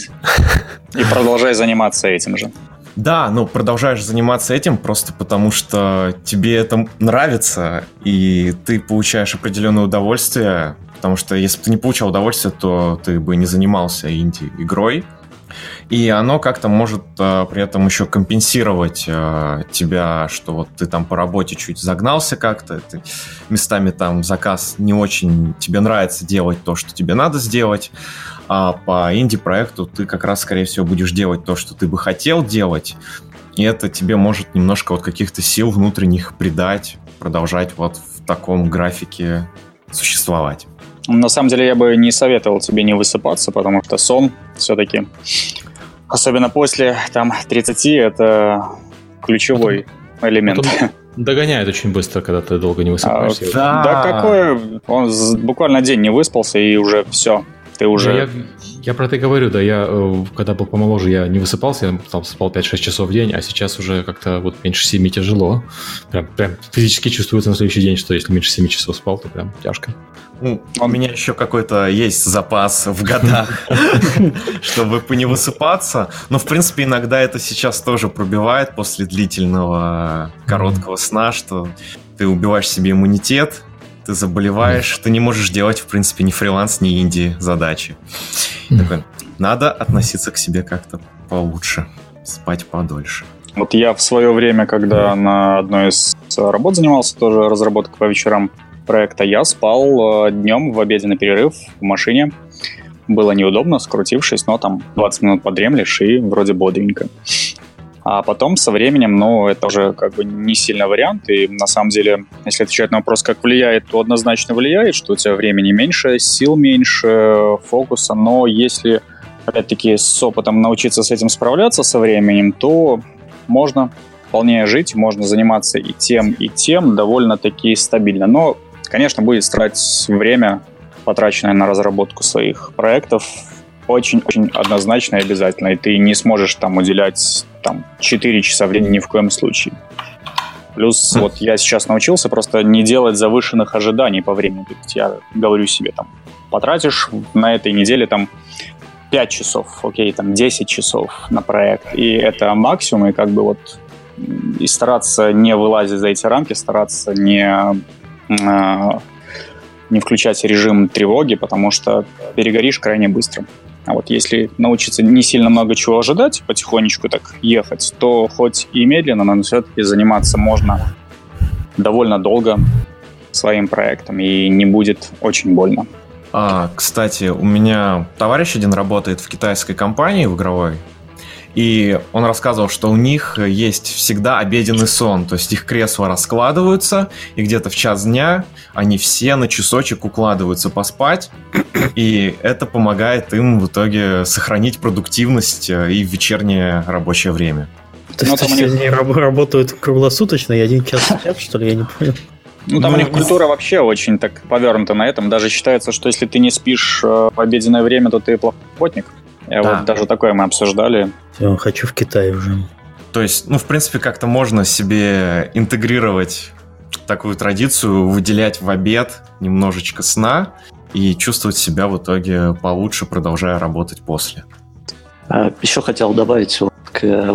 И продолжай заниматься этим же. Да, ну продолжаешь заниматься этим просто потому, что тебе это нравится, и ты получаешь определенное удовольствие, потому что если бы ты не получал удовольствие, то ты бы не занимался инди-игрой. И оно как-то может а, при этом еще компенсировать а, тебя, что вот ты там по работе чуть загнался как-то, ты местами там заказ не очень тебе нравится делать то, что тебе надо сделать, а по инди-проекту ты как раз, скорее всего, будешь делать то, что ты бы хотел делать, и это тебе может немножко вот каких-то сил внутренних придать, продолжать вот в таком графике существовать. На самом деле я бы не советовал тебе не высыпаться, потому что сон все-таки, особенно после там тридцати, это ключевой потом, элемент. Потом догоняет очень быстро, когда ты долго не высыпаешься. А, да. да какой? Он буквально день не выспался, и уже все. Ты уже... Я, я про это и говорю, да. Я, когда был помоложе, я не высыпался, я там спал пять-шесть часов в день, а сейчас уже как-то вот меньше семи тяжело. Прям, прям физически чувствуется на следующий день, что если меньше семи часов спал, то прям тяжко. Ну, у меня еще какой-то есть запас в годах, чтобы не высыпаться. Но, в принципе, иногда это сейчас тоже пробивает после длительного короткого сна, что ты убиваешь себе иммунитет, ты заболеваешь, ты не можешь делать, в принципе, ни фриланс, ни инди задачи. Такой, надо относиться к себе как-то получше, спать подольше. Вот я в свое время, когда на одной из работ занимался, тоже разработкой по вечерам проекта, я спал днем в обеденный перерыв в машине. Было неудобно, скрутившись, но там двадцать минут подремлешь и вроде бодренько. А потом со временем, ну, это уже как бы не сильно вариант. И на самом деле, если отвечать на вопрос, как влияет, то однозначно влияет, что у тебя времени меньше, сил меньше, фокуса. Но если, опять-таки, с опытом научиться с этим справляться со временем, то можно вполне жить, можно заниматься и тем, и тем довольно-таки стабильно. Но, конечно, будет тратить время, потраченное на разработку своих проектов, очень-очень однозначно и обязательно. И ты не сможешь там уделять там, четыре часа времени ни в коем случае. Плюс вот я сейчас научился просто не делать завышенных ожиданий по времени. То есть я говорю себе, там, потратишь на этой неделе там пять часов, окей, там десять часов на проект. И это максимум, и как бы вот и стараться не вылазить за эти рамки, стараться не, не включать режим тревоги, потому что перегоришь крайне быстро. А вот если научиться не сильно много чего ожидать, потихонечку так ехать, то хоть и медленно, но все-таки заниматься можно довольно долго своим проектом, и не будет очень больно. А, кстати, у меня товарищ один работает в китайской компании, в игровой, и он рассказывал, что у них есть всегда обеденный сон, то есть их кресла раскладываются, и где-то в час дня они все на часочек укладываются поспать, и это помогает им в итоге сохранить продуктивность и в вечернее рабочее время. То есть они них... работают круглосуточно и один час спят, что ли, я не понял. Ну, там ну, у них культура вообще очень так повернута на этом. Даже считается, что если ты не спишь в обеденное время, то ты плохой работник. Я да. Вот даже такое мы обсуждали. Я хочу в Китай уже. То есть, ну, в принципе, как-то можно себе интегрировать такую традицию, выделять в обед немножечко сна и чувствовать себя в итоге получше, продолжая работать после. Еще хотел добавить вот к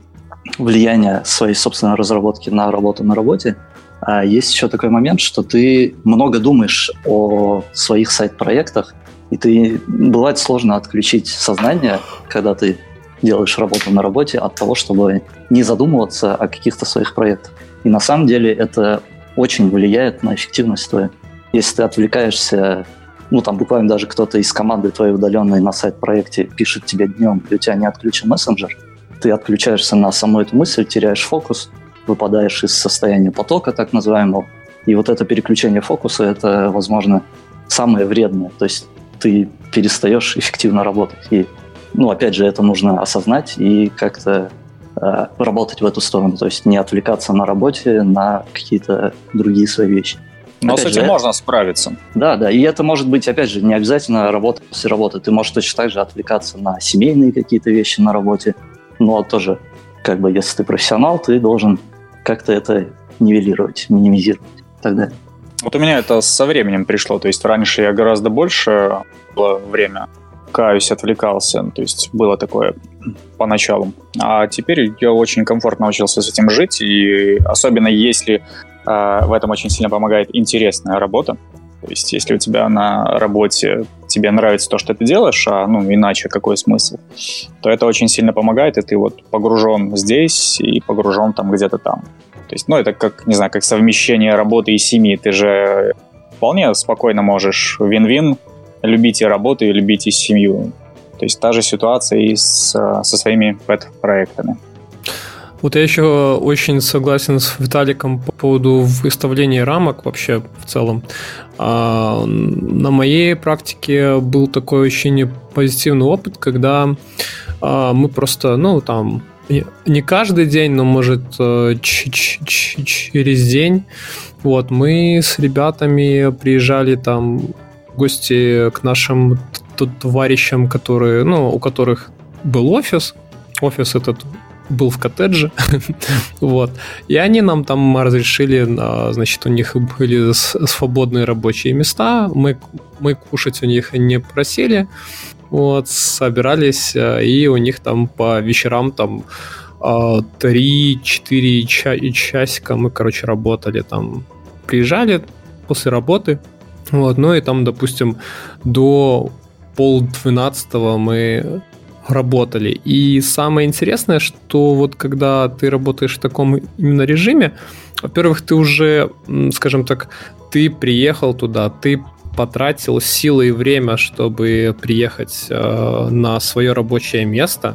влиянию своей собственной разработки на работу на работе. Есть еще такой момент, что ты много думаешь о своих сайт-проектах, и ты, бывает сложно отключить сознание, когда ты делаешь работу на работе, от того, чтобы не задумываться о каких-то своих проектах. И на самом деле это очень влияет на эффективность твою. Если ты отвлекаешься, ну там буквально даже кто-то из команды твоей удаленной на сайт-проекте пишет тебе днем, и у тебя не отключен мессенджер, ты отключаешься на саму эту мысль, теряешь фокус, выпадаешь из состояния потока, так называемого. И вот это переключение фокуса, это, возможно, самое вредное. То есть ты перестаешь эффективно работать. И, ну, опять же, это нужно осознать и как-то э, работать в эту сторону. То есть не отвлекаться на работе на какие-то другие свои вещи. Но опять с этим же, можно справиться. Да, да. И это может быть, опять же, не обязательно работа после работы. Ты можешь точно так же отвлекаться на семейные какие-то вещи на работе. Но тоже, как бы, если ты профессионал, ты должен как-то это нивелировать, минимизировать и так далее. Вот у меня это со временем пришло. То есть раньше я гораздо больше было время, каюсь, отвлекался. То есть было такое поначалу. А теперь я очень комфортно научился с этим жить. И особенно если э, в этом очень сильно помогает интересная работа. То есть если у тебя на работе тебе нравится то, что ты делаешь, а ну иначе какой смысл, то это очень сильно помогает, и ты вот погружен здесь и погружен там где-то там. То есть, ну, это как, не знаю, как совмещение работы и семьи. Ты же вполне спокойно можешь вин-вин любить и работу, и любить и семью. То есть та же ситуация и с, со своими пэт-проектами. Вот я еще очень согласен с Виталиком по поводу выставления рамок вообще в целом. А, на моей практике был такой очень позитивный опыт, когда а, мы просто, ну, там, не каждый день, но, может, через день, вот, мы с ребятами приезжали там в гости к нашим товарищам, которые, ну, у которых был офис. Офис этот был в коттедже, вот, и они нам там разрешили, значит, у них были свободные рабочие места, мы, мы кушать у них не просили, вот, собирались, и у них там по вечерам там три-четыре часика мы, короче, работали там, приезжали после работы, вот, ну и там, допустим, до полдвенадцатого мы работали. И самое интересное, что вот когда ты работаешь в таком именно режиме, во-первых, ты уже, скажем так, ты приехал туда, ты потратил силы и время, чтобы приехать э, на свое рабочее место.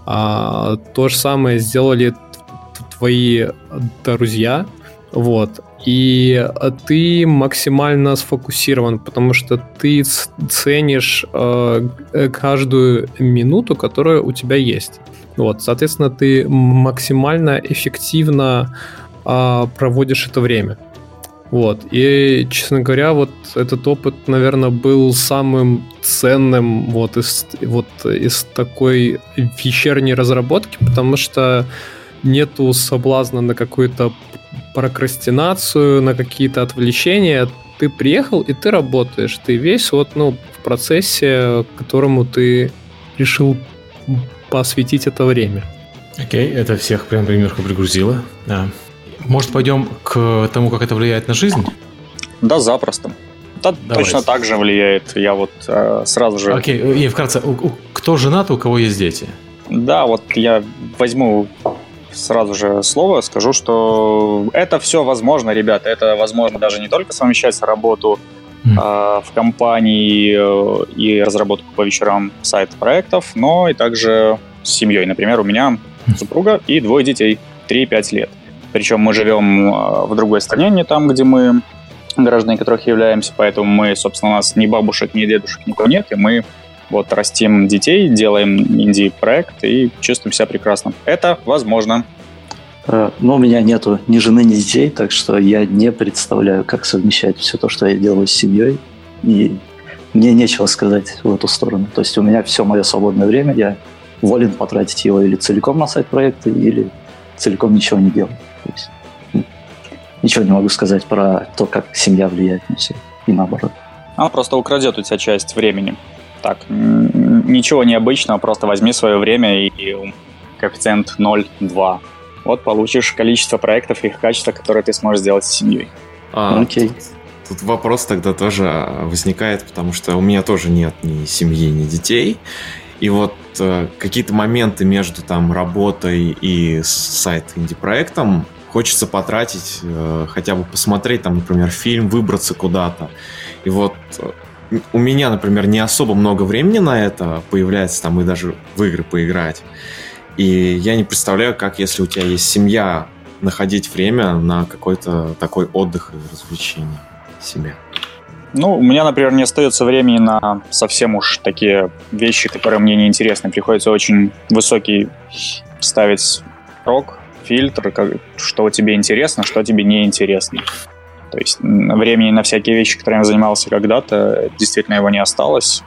А, то же самое сделали твои друзья, вот, и ты максимально сфокусирован, потому что ты ценишь э, каждую минуту, которая у тебя есть. Вот, соответственно, ты максимально эффективно э, проводишь это время. Вот, и, честно говоря, вот этот опыт, наверное, был самым ценным вот из, вот из такой вечерней разработки, потому что нету соблазна на какую-то прокрастинацию, на какие-то отвлечения. Ты приехал, и ты работаешь. Ты весь вот, ну, в процессе, которому ты решил посвятить это время. Окей, okay, это всех прям примерку пригрузило. А. Может, пойдем к тому, как это влияет на жизнь? Да, запросто. Да, точно так же влияет. Я вот э, сразу же... Окей, okay. И вкратце, у, у, кто женат, у кого есть дети? Да, вот я возьму сразу же слово, скажу, что это все возможно, ребята. Это возможно даже не только совмещать работу mm. э, в компании э, и разработку по вечерам сайт-проектов, но и также с семьей. Например, у меня mm. супруга и двое детей, три-пять лет. Причем мы живем в другой стране, не там, где мы граждане, которых являемся, поэтому мы, собственно, у нас ни бабушек, ни дедушек, никого нет, и мы вот растим детей, делаем инди-проект и чувствуем себя прекрасно. Это возможно. Но у меня нету ни жены, ни детей, так что я не представляю, как совмещать все то, что я делаю с семьей, и мне нечего сказать в эту сторону. То есть у меня все мое свободное время, я волен потратить его или целиком на сайт-проекты, или целиком ничего не делать. То есть, ничего не могу сказать про то, как семья влияет на все, и наоборот. Она просто украдет у тебя часть времени. Так, ничего необычного, просто возьми свое время и коэффициент ноль целых два десятых. Вот получишь количество проектов и их качество, которые ты сможешь сделать с семьей. А, Окей. Тут, тут вопрос тогда тоже возникает, потому что у меня тоже нет ни семьи, ни детей. И вот э, какие-то моменты между там работой и сайт-инди-проектом хочется потратить, э, хотя бы посмотреть там, например, фильм, выбраться куда-то. И вот э, у меня, например, не особо много времени на это появляется там и даже в игры поиграть. И я не представляю, как, если у тебя есть семья, находить время на какой-то такой отдых и развлечение себе. Ну, у меня, например, не остается времени на совсем уж такие вещи, которые мне не интересны. Приходится очень высокий ставить срок, фильтр, как, что тебе интересно, что тебе не интересно. То есть времени на всякие вещи, которыми я занимался когда-то, действительно его не осталось.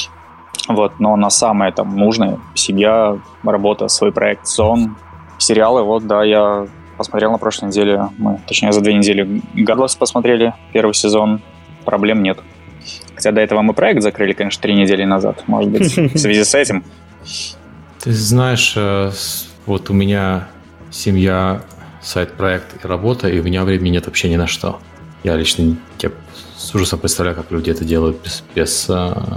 Вот, но на самое там нужное — семья, работа, свой проект, сон, сериалы. Вот, да, я посмотрел на прошлой неделе, мы, точнее, за две недели Godless посмотрели, первый сезон. Проблем нет. Хотя до этого мы проект закрыли, конечно, три недели назад. Может быть, в связи с этим. Ты знаешь, вот у меня семья, сайт-проект и работа, и у меня времени нет вообще ни на что. Я лично я с ужасом представляю, как люди это делают без... без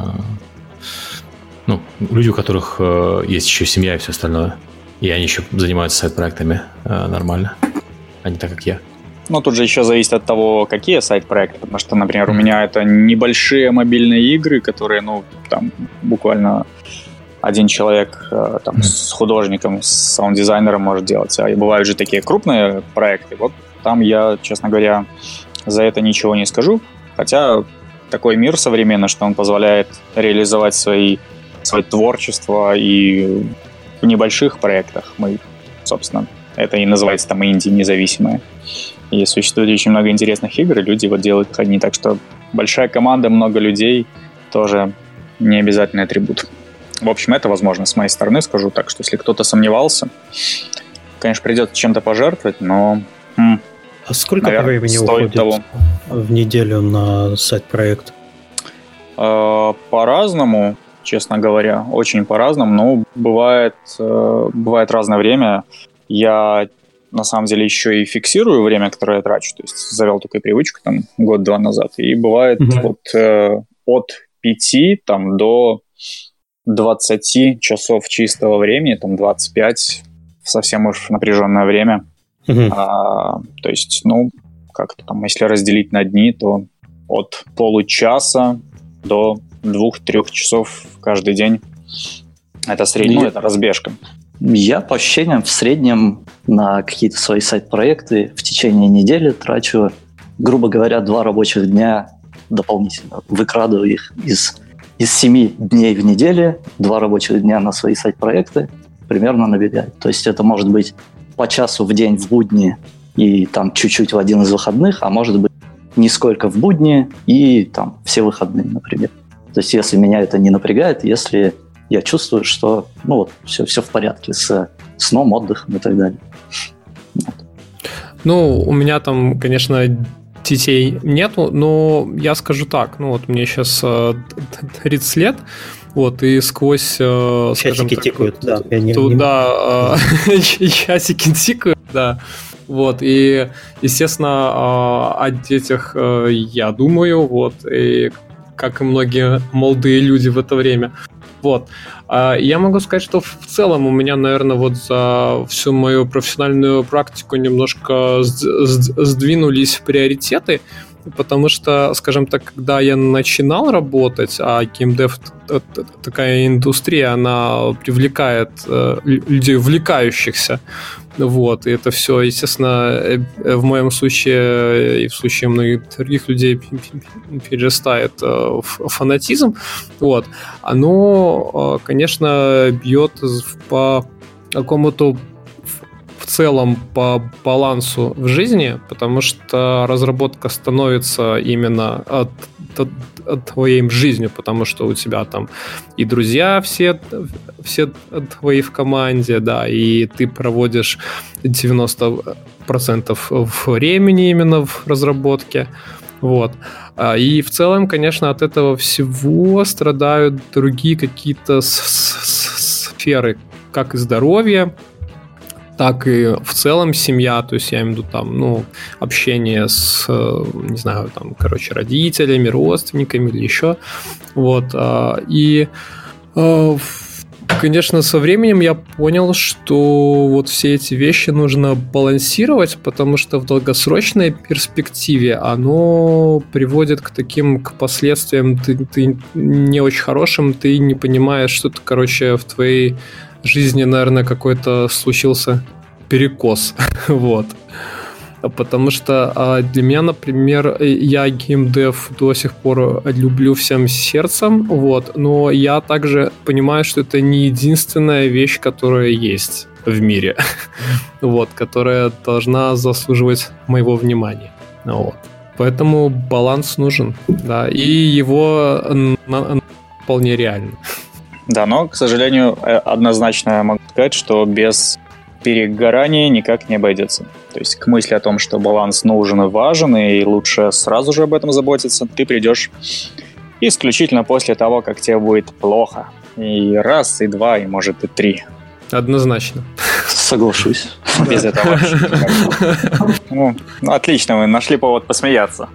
ну, люди, у которых есть еще семья и все остальное. И они еще занимаются сайт-проектами нормально, а не так, как я. Ну, тут же еще зависит от того, какие сайт-проекты, потому что, например, у меня это небольшие мобильные игры, которые, ну, там, буквально один человек там, mm. с художником, с саунд-дизайнером может делать. А и бывают же такие крупные проекты. Вот там я, честно говоря, за это ничего не скажу. Хотя такой мир современный, что он позволяет реализовать свои, свое творчество и в небольших проектах. Мы, собственно, это и называется там инди, независимое. И существует очень много интересных игр, и люди вот делают их одни. Так что большая команда, много людей тоже не обязательный атрибут. В общем, это возможно с моей стороны, скажу так, что если кто-то сомневался, конечно, придется чем-то пожертвовать, но... М, а сколько наверное, времени уходит того. в неделю на сайт-проект? Э, по-разному, честно говоря, очень по-разному, но бывает, э, бывает разное время. Я... на самом деле еще и фиксирую время, которое я трачу. То есть завел такую привычку там год-два назад. И бывает mm-hmm. вот, э, от пяти там, до двадцати часов чистого времени, там двадцать пять совсем уж напряженное время. Mm-hmm. А, то есть, ну, как-то там, если разделить на дни, то от получаса до двух-трех часов каждый день. Это средний, mm-hmm. это разбежка. Я, по ощущениям, в среднем на какие-то свои сайт-проекты в течение недели трачу, грубо говоря, два рабочих дня дополнительно. Выкрадываю их из, из семи дней в неделе, два рабочих дня на свои сайт-проекты примерно набегает. То есть это может быть по часу в день в будни и там чуть-чуть в один из выходных, а может быть нисколько в будни и там все выходные, например. То есть если меня это не напрягает, если я чувствую, что ну вот все, все в порядке с сном, отдыхом и так далее. Вот. Ну, у меня там, конечно, детей нету, но я скажу так, ну вот мне сейчас тридцать лет, вот, и сквозь, часики так, тикают, да. Я не, туда не... часики тикают, да. Вот, и, естественно, о детях я думаю, вот, и как и многие молодые люди в это время. Вот. Я могу сказать, что в целом у меня, наверное, вот за всю мою профессиональную практику немножко сдвинулись приоритеты, потому что, скажем так, когда я начинал работать, а геймдев такая индустрия, она привлекает людей, увлекающихся, вот, и это все, естественно, в моем случае и в случае многих других людей перерастает в фанатизм, вот, оно, конечно, бьет по какому-то в целом по балансу в жизни, потому что разработка становится именно от, от, от твоей жизнью, потому что у тебя там и друзья все, все твои в команде, да, и ты проводишь девяносто процентов времени именно в разработке, вот. И в целом, конечно, от этого всего страдают другие какие-то сферы, как и здоровье, так и в целом семья, то есть я имею в виду там, ну, общение с, не знаю, там, короче, родителями, родственниками или еще, вот, и, конечно, со временем я понял, что вот все эти вещи нужно балансировать, потому что в долгосрочной перспективе оно приводит к таким, к последствиям ты, ты не очень хорошим, ты не понимаешь, что ты, короче, в твоей жизни, наверное, какой-то случился перекос, вот. Потому что для меня, например, я геймдев до сих пор люблю всем сердцем, вот, но я также понимаю, что это не единственная вещь, которая есть в мире, вот, которая должна заслуживать моего внимания, вот. Поэтому баланс нужен, да, и его вполне реально. Да, но, к сожалению, однозначно я могу сказать, что без перегорания никак не обойдется. То есть к мысли о том, что баланс нужен и важен, и лучше сразу же об этом заботиться, ты придешь исключительно после того, как тебе будет плохо. И раз, и два, и может и три. Однозначно. Соглашусь. Без этого вообще. Ну, отлично, вы нашли повод посмеяться.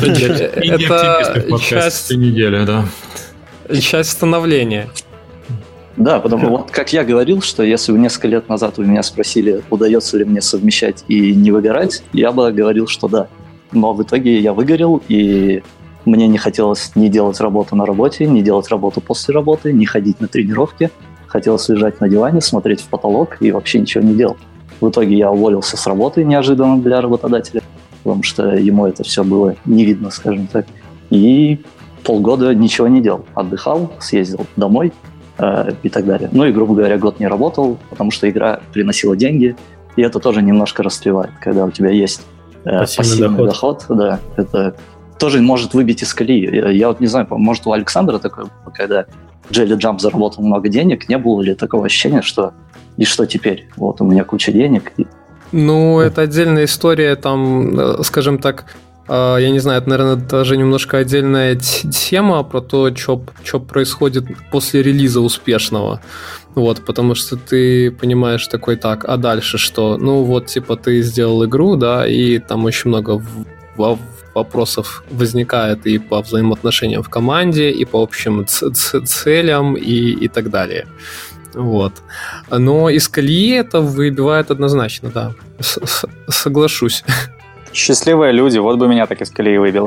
Это часть недели, да. Часть становления. Да, потому вот как я говорил, что если бы несколько лет назад вы меня спросили, удается ли мне совмещать и не выгорать, я бы говорил, что да. Но в итоге я выгорел, и мне не хотелось не делать работу на работе, не делать работу после работы, не ходить на тренировки. Хотелось лежать на диване, смотреть в потолок и вообще ничего не делать. В итоге я уволился с работы неожиданно для работодателя, потому что ему это все было не видно, скажем так. И полгода ничего не делал. Отдыхал, съездил домой, и так далее. Ну и, грубо говоря, год не работал, потому что игра приносила деньги, и это тоже немножко расстреливает, когда у тебя есть э, пассивный, пассивный доход. доход, да, это тоже может выбить из колеи. Я вот не знаю, может у Александра такое, когда Jelly Jump заработал много денег, не было ли такого ощущения, что и что теперь? Вот у меня куча денег. И... Ну, это отдельная история, там, скажем так, я не знаю, это, наверное, даже немножко отдельная тема про то, что происходит после релиза успешного. Вот, потому что ты понимаешь такой, так, а дальше что? Ну, вот, типа, ты сделал игру, да, и там очень много вопросов возникает и по взаимоотношениям в команде, и по общим целям, и, и так далее. Вот. Но из колеи это выбивает однозначно, да. С- соглашусь. Счастливые люди, вот бы меня так из колеи выбило.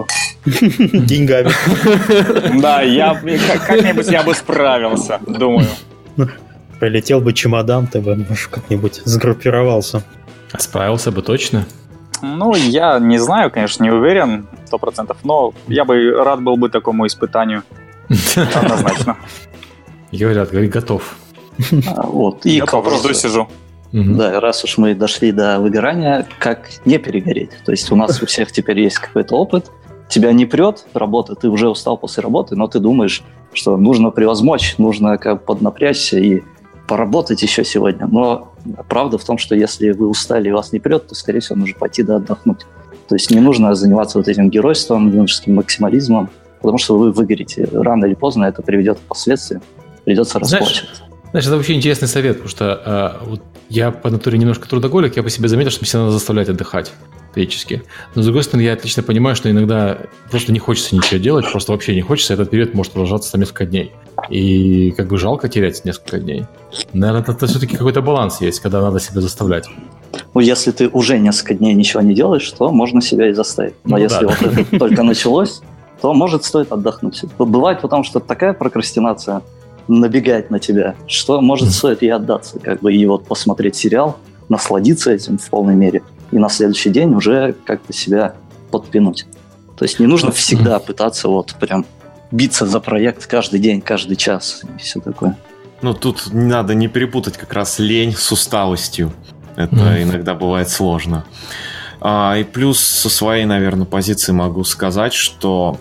Деньгами. Да, я как-нибудь я бы справился, думаю. Прилетел бы чемодан, ты бы, может, как-нибудь сгруппировался. А справился бы точно? Ну, я не знаю, конечно, не уверен сто процентов, но я бы рад был бы такому испытанию. Однозначно. Говорят, говорит, готов. Вот. И готов, жду, сижу. Да, раз уж мы дошли до выгорания, как не перегореть? То есть у нас у всех теперь есть какой-то опыт, тебя не прет работа, ты уже устал после работы, но ты думаешь, что нужно превозмочь, нужно как поднапрячься и поработать еще сегодня. Но правда в том, что если вы устали и вас не прет, то, скорее всего, нужно пойти да отдохнуть. То есть не нужно заниматься вот этим геройством, юношеским максимализмом, потому что вы выгорите. Рано или поздно это приведет к последствиям, придется расплачиваться. Знаешь, это вообще интересный совет, потому что э, вот я по натуре немножко трудоголик, я по себе заметил, что мне всегда надо заставлять отдыхать периодически. Но, с другой стороны, я отлично понимаю, что иногда просто не хочется ничего делать, просто вообще не хочется, этот период может продолжаться там несколько дней. И как бы жалко терять несколько дней. Наверное, это, это все-таки какой-то баланс есть, когда надо себя заставлять. Ну, если ты уже несколько дней ничего не делаешь, то можно себя и заставить. Но ну, если да. вот это только началось, то, может, стоит отдохнуть. Бывает потому, что такая прокрастинация набегает на тебя, что, может, стоит и отдаться, как бы, и вот посмотреть сериал, насладиться этим в полной мере, и на следующий день уже как-то себя подпинуть. То есть не нужно всегда пытаться вот прям биться за проект каждый день, каждый час и все такое. Ну, тут не надо не перепутать как раз лень с усталостью. Это mm. иногда бывает сложно. А, и плюс со своей, наверное, позиции могу сказать, что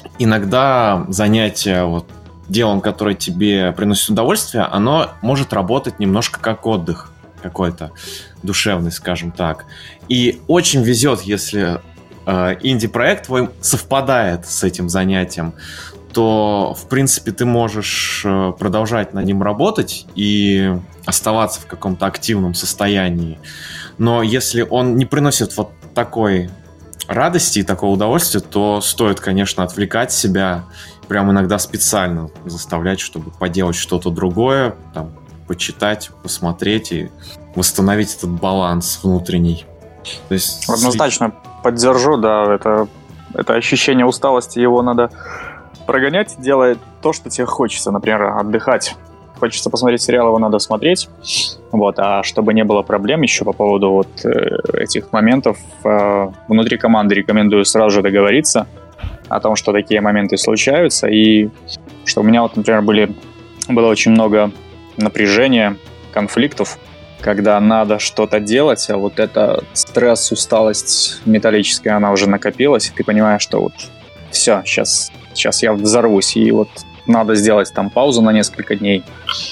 иногда занятие вот делом, которое тебе приносит удовольствие, оно может работать немножко как отдых какой-то душевный, скажем так. И очень везет, если э, инди-проект твой совпадает с этим занятием, то, в принципе, ты можешь э, продолжать над ним работать и оставаться в каком-то активном состоянии. Но если он не приносит вот такой радости и такого удовольствия, то стоит, конечно, отвлекать себя, прям иногда специально заставлять, чтобы поделать что-то другое, там, почитать, посмотреть и восстановить этот баланс внутренний. То есть... Однозначно поддержу, да, это, это ощущение усталости, его надо прогонять, делая то, что тебе хочется, например, отдыхать. Хочется посмотреть сериал, его надо смотреть. Вот, а чтобы не было проблем еще по поводу вот этих моментов, внутри команды рекомендую сразу же договориться о том, что такие моменты случаются, и что у меня вот, например, были, было очень много напряжения, конфликтов, когда надо что-то делать, а вот эта стресс, усталость металлическая, она уже накопилась, и ты понимаешь, что вот все, сейчас, сейчас я взорвусь, и вот надо сделать там паузу на несколько дней,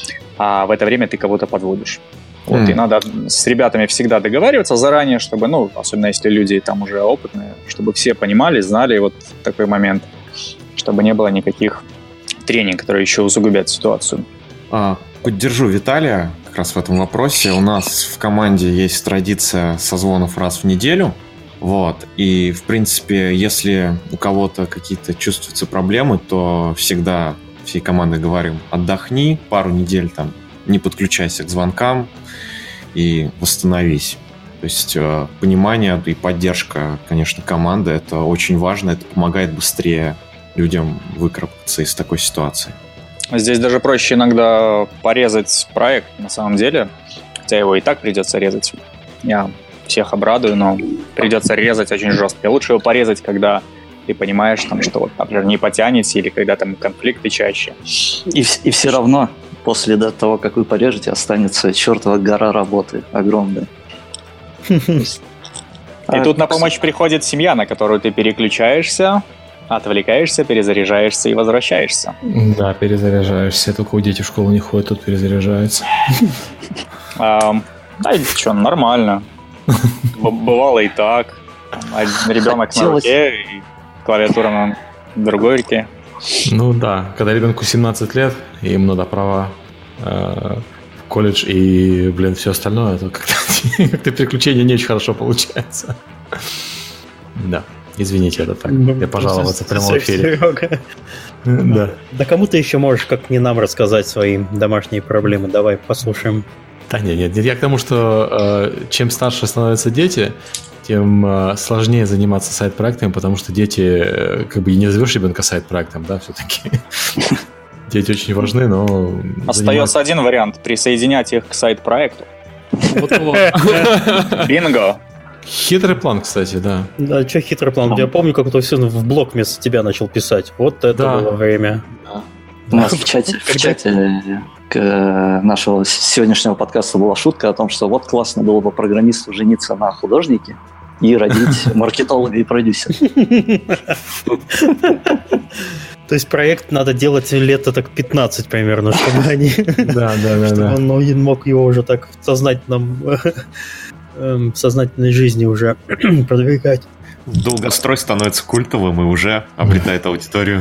а в это время ты кого-то подводишь. Вот, mm. И надо с ребятами всегда договариваться заранее, чтобы, ну, особенно если люди там уже опытные, чтобы все понимали, знали вот такой момент, чтобы не было никаких трений, которые еще усугубят ситуацию. А, поддержу Виталия как раз в этом вопросе. У нас в команде есть традиция созвонов раз в неделю. Вот. И, в принципе, если у кого-то какие-то чувствуются проблемы, то всегда всей командой говорим: отдохни пару недель, там, не подключайся к звонкам и восстановись. То есть э, понимание и поддержка, конечно, команды — это очень важно, это помогает быстрее людям выкарабкаться из такой ситуации. Здесь даже проще иногда порезать проект, на самом деле, хотя его и так придется резать. Я всех обрадую, но придется резать очень жестко. Лучше его порезать, когда ты понимаешь, там, что, вот, например, не потянете, или когда там конфликты чаще. И, и все равно после того, как вы порежете, останется чертова гора работы огромная. И тут на помощь приходит семья, на которую ты переключаешься, отвлекаешься, перезаряжаешься и возвращаешься. Да, перезаряжаешься. Только у детей в школу не ходят, тут перезаряжаются. Да, что, нормально. Бывало и так. Ребенок на руке, и клавиатура на другой руке. Ну да, когда ребенку семнадцать лет, и ему надо права э, в колледж и, блин, все остальное, то как-то, как-то переключение не очень хорошо получается. Да, извините, это так. Я пожаловаться прямо в эфире. Да. Да кому ты еще можешь, как не нам, рассказать свои домашние проблемы? Давай послушаем. Да нет, нет, я к тому, что э, чем старше становятся дети, тем э, сложнее заниматься сайт-проектами, потому что дети, э, как бы и не назовешь ребенка сайт-проектом, да, все-таки. Дети очень важны, но... Остается занимать... один вариант – присоединять их к сайт-проекту. Бинго! Хитрый план, кстати, да. Да, что хитрый план? Я помню, как это все в блог вместо тебя начал писать. Вот это да. было время. Да. У нас в чате, в чате к нашего сегодняшнего подкаста была шутка о том, что вот классно было бы программисту жениться на художнике и родить маркетолога и продюсера. То есть проект надо делать лет так пятнадцать примерно, чтобы они... Да, да, да. Чтобы он мог его уже так в сознательном... в сознательной жизни уже продвигать. Долгострой становится культовым и уже обретает аудиторию.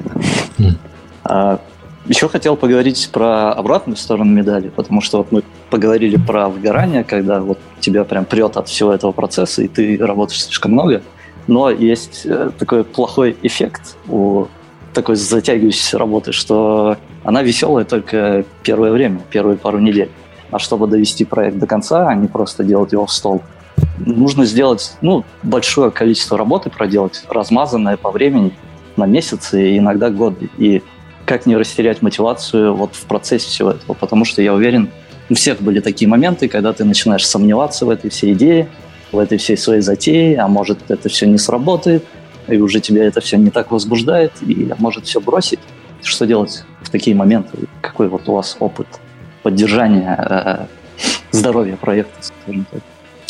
А, еще хотел поговорить про обратную сторону медали, потому что вот мы поговорили про выгорание, когда вот тебя прям прет от всего этого процесса, и ты работаешь слишком много, но есть такой плохой эффект у такой затягивающейся работы, что она веселая только первое время, первые пару недель. А чтобы довести проект до конца, а не просто делать его в стол, нужно сделать ну, большое количество работы, проделать, размазанное по времени на месяцы и иногда годы. И как не растерять мотивацию вот в процессе всего этого? Потому что я уверен, у всех были такие моменты, когда ты начинаешь сомневаться в этой всей идее, в этой всей своей затее, а может это все не сработает, и уже тебя это все не так возбуждает, и может все бросить. Что делать в такие моменты? Какой вот у вас опыт поддержания э, здоровья проекта, скажем так?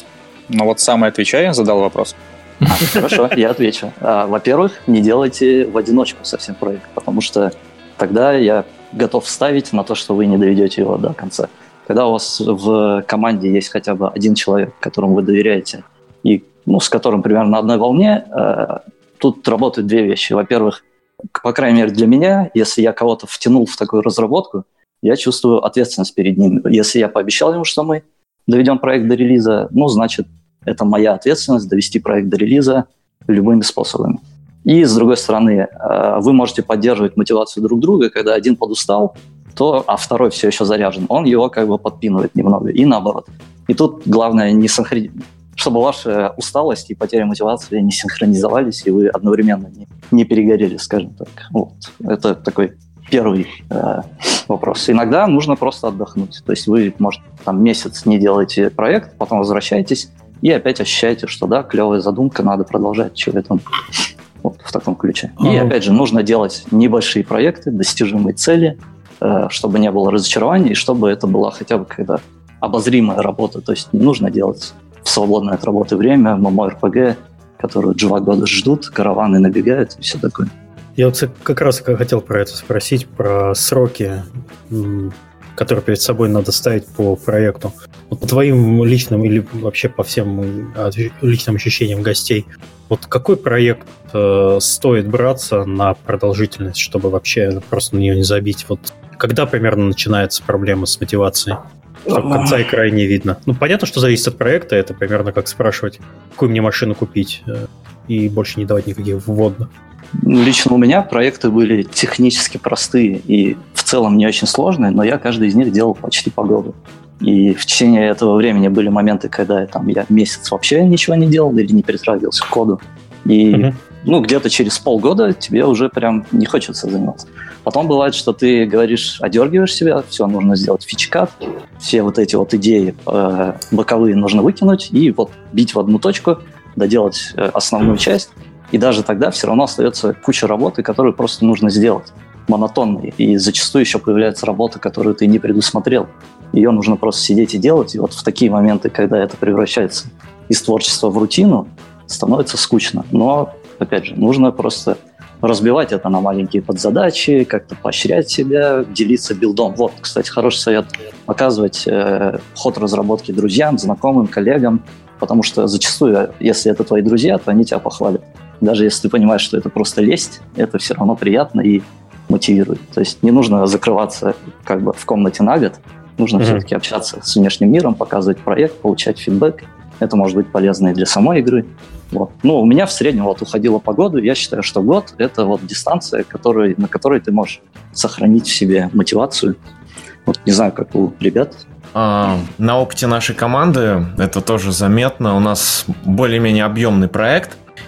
Ну вот сам и отвечаю, задал вопрос. А, хорошо, я отвечу. А, во-первых, не делайте в одиночку совсем проект, потому что тогда я готов ставить на то, что вы не доведете его до конца. Когда у вас в команде есть хотя бы один человек, которому вы доверяете, и ну, с которым примерно на одной волне, э, тут работают две вещи. Во-первых, по крайней мере для меня, если я кого-то втянул в такую разработку, я чувствую ответственность перед ним. Если я пообещал ему, что мы доведем проект до релиза, ну, значит, это моя ответственность довести проект до релиза любыми способами. И, с другой стороны, вы можете поддерживать мотивацию друг друга, когда один подустал, то, а второй все еще заряжен, он его как бы подпинывает немного, и наоборот. И тут главное, не синхрони... чтобы ваша усталость и потеря мотивации не синхронизовались, и вы одновременно не, не перегорели, скажем так. Вот. Это такой первый э, вопрос. Иногда нужно просто отдохнуть. То есть вы, может, там месяц не делаете проект, потом возвращаетесь и опять ощущаете, что да, клевая задумка, надо продолжать, что это вот в таком ключе. И А-а-а. опять же, нужно делать небольшие проекты, достижимые цели, э, чтобы не было разочарований, и чтобы это была хотя бы когда обозримая работа. То есть не нужно делать в свободное от работы время MMORPG, которую два года ждут, караваны набегают и все такое. Я вот как раз хотел про это спросить, про сроки, которые перед собой надо ставить по проекту. Вот по твоим личным или вообще по всем личным ощущениям гостей, вот какой проект э, стоит браться на продолжительность, чтобы вообще просто на нее не забить? Вот когда примерно начинается проблема с мотивацией? Чтобы конца и края не видно. Ну, понятно, что зависит от проекта. Это примерно как спрашивать, какую мне машину купить, э, и больше не давать никаких вводных. Лично у меня проекты были технически простые и в целом не очень сложные, но я каждый из них делал почти по году. И в течение этого времени были моменты, когда я, там, я месяц вообще ничего не делал или не притрагивался к коду. И uh-huh. ну, где-то через полгода тебе уже прям не хочется заниматься. Потом бывает, что ты говоришь, одергиваешь себя, все, нужно сделать фичкат, все вот эти вот идеи э, боковые нужно выкинуть и вот бить в одну точку, доделать э, основную часть. И даже тогда все равно остается куча работы, которую просто нужно сделать, монотонной. И зачастую еще появляется работа, которую ты не предусмотрел. Ее нужно просто сидеть и делать. И вот в такие моменты, когда это превращается из творчества в рутину, становится скучно. Но, опять же, нужно просто разбивать это на маленькие подзадачи, как-то поощрять себя, делиться билдом. Вот, кстати, хороший совет – оказывать э, ход разработки друзьям, знакомым, коллегам, потому что зачастую, если это твои друзья, то они тебя похвалят. Даже если ты понимаешь, что это просто лесть, это все равно приятно и мотивирует. То есть не нужно закрываться как бы в комнате на год, нужно mm-hmm. все-таки общаться с внешним миром, показывать проект, получать фидбэк. Это может быть полезно и для самой игры. Вот. Ну, у меня в среднем вот уходило по году. Я считаю, что год – это вот дистанция, который, на которой ты можешь сохранить в себе мотивацию. Вот не знаю, как у ребят. А, на опыте нашей команды это тоже заметно. У нас более-менее объемный проект.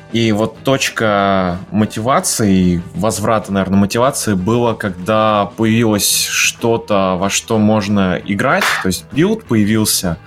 И вот точка мотивации, возврата, наверное, мотивации было, когда появилось что-то, во что можно играть. То есть билд появился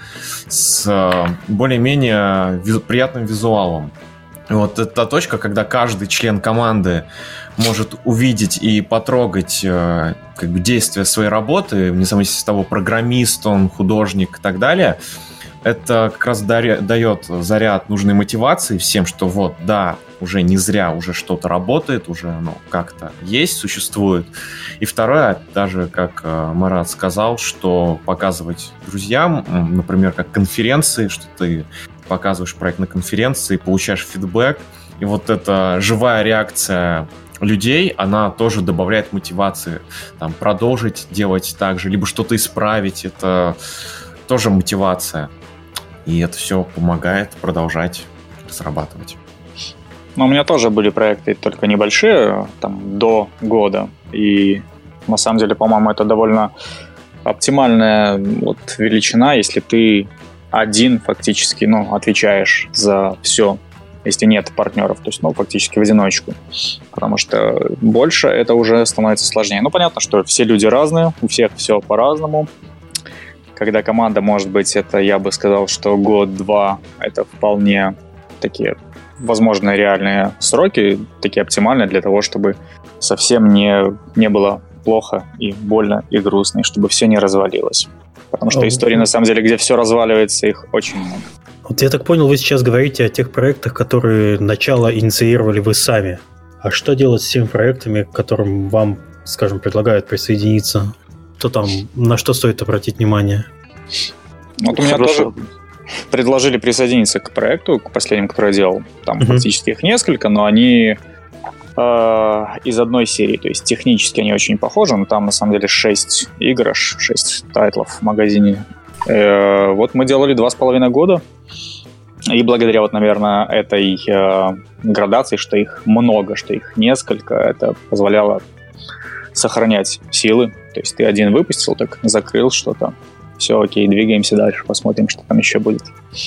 с более-менее визу- приятным визуалом. И вот это та точка, когда каждый член команды может увидеть и потрогать э, как бы действия своей работы, вне зависимости от того, программист он, художник и так далее. Это как раз даря- дает заряд нужной мотивации всем, что вот, да, уже не зря, уже что-то работает, уже оно как-то есть, существует. И второе, даже как э, Марат сказал, что показывать друзьям, например, как конференции, что ты показываешь проект на конференции, получаешь фидбэк, и вот эта живая реакция людей, она тоже добавляет мотивации там, продолжить делать так же, либо что-то исправить, это тоже мотивация. И это все помогает продолжать разрабатывать. Ну, у меня тоже были проекты, только небольшие, там, до года. И на самом деле, по-моему, это довольно оптимальная вот, величина, если ты один фактически, ну, отвечаешь за все, если нет партнеров, то есть, ну, фактически в одиночку. Потому что больше это уже становится сложнее. Ну, понятно, что все люди разные, у всех все по-разному. Когда команда, может быть, это, я бы сказал, что год-два, это вполне такие возможные реальные сроки, такие оптимальные для того, чтобы совсем не, не было плохо и больно и грустно, и чтобы все не развалилось. Потому что истории, на самом деле, где все разваливается, их очень много. Вот я так понял, вы сейчас говорите о тех проектах, которые начало инициировали вы сами. А что делать с теми проектами, к которым вам, скажем, предлагают присоединиться? Что там, на что стоит обратить внимание? Вот у меня Хорошо. тоже предложили присоединиться к проекту, к последнему, который я делал. Там uh-huh. фактически их несколько, но они э, из одной серии. То есть технически они очень похожи, но там на самом деле шесть игр, шесть тайтлов в магазине. Э, вот мы делали два с половиной года. И благодаря, вот, наверное, этой э, градации, что их много, что их несколько, это позволяло сохранять силы. То есть ты один выпустил, так закрыл что-то. Все, окей, двигаемся дальше, посмотрим, что там еще будет.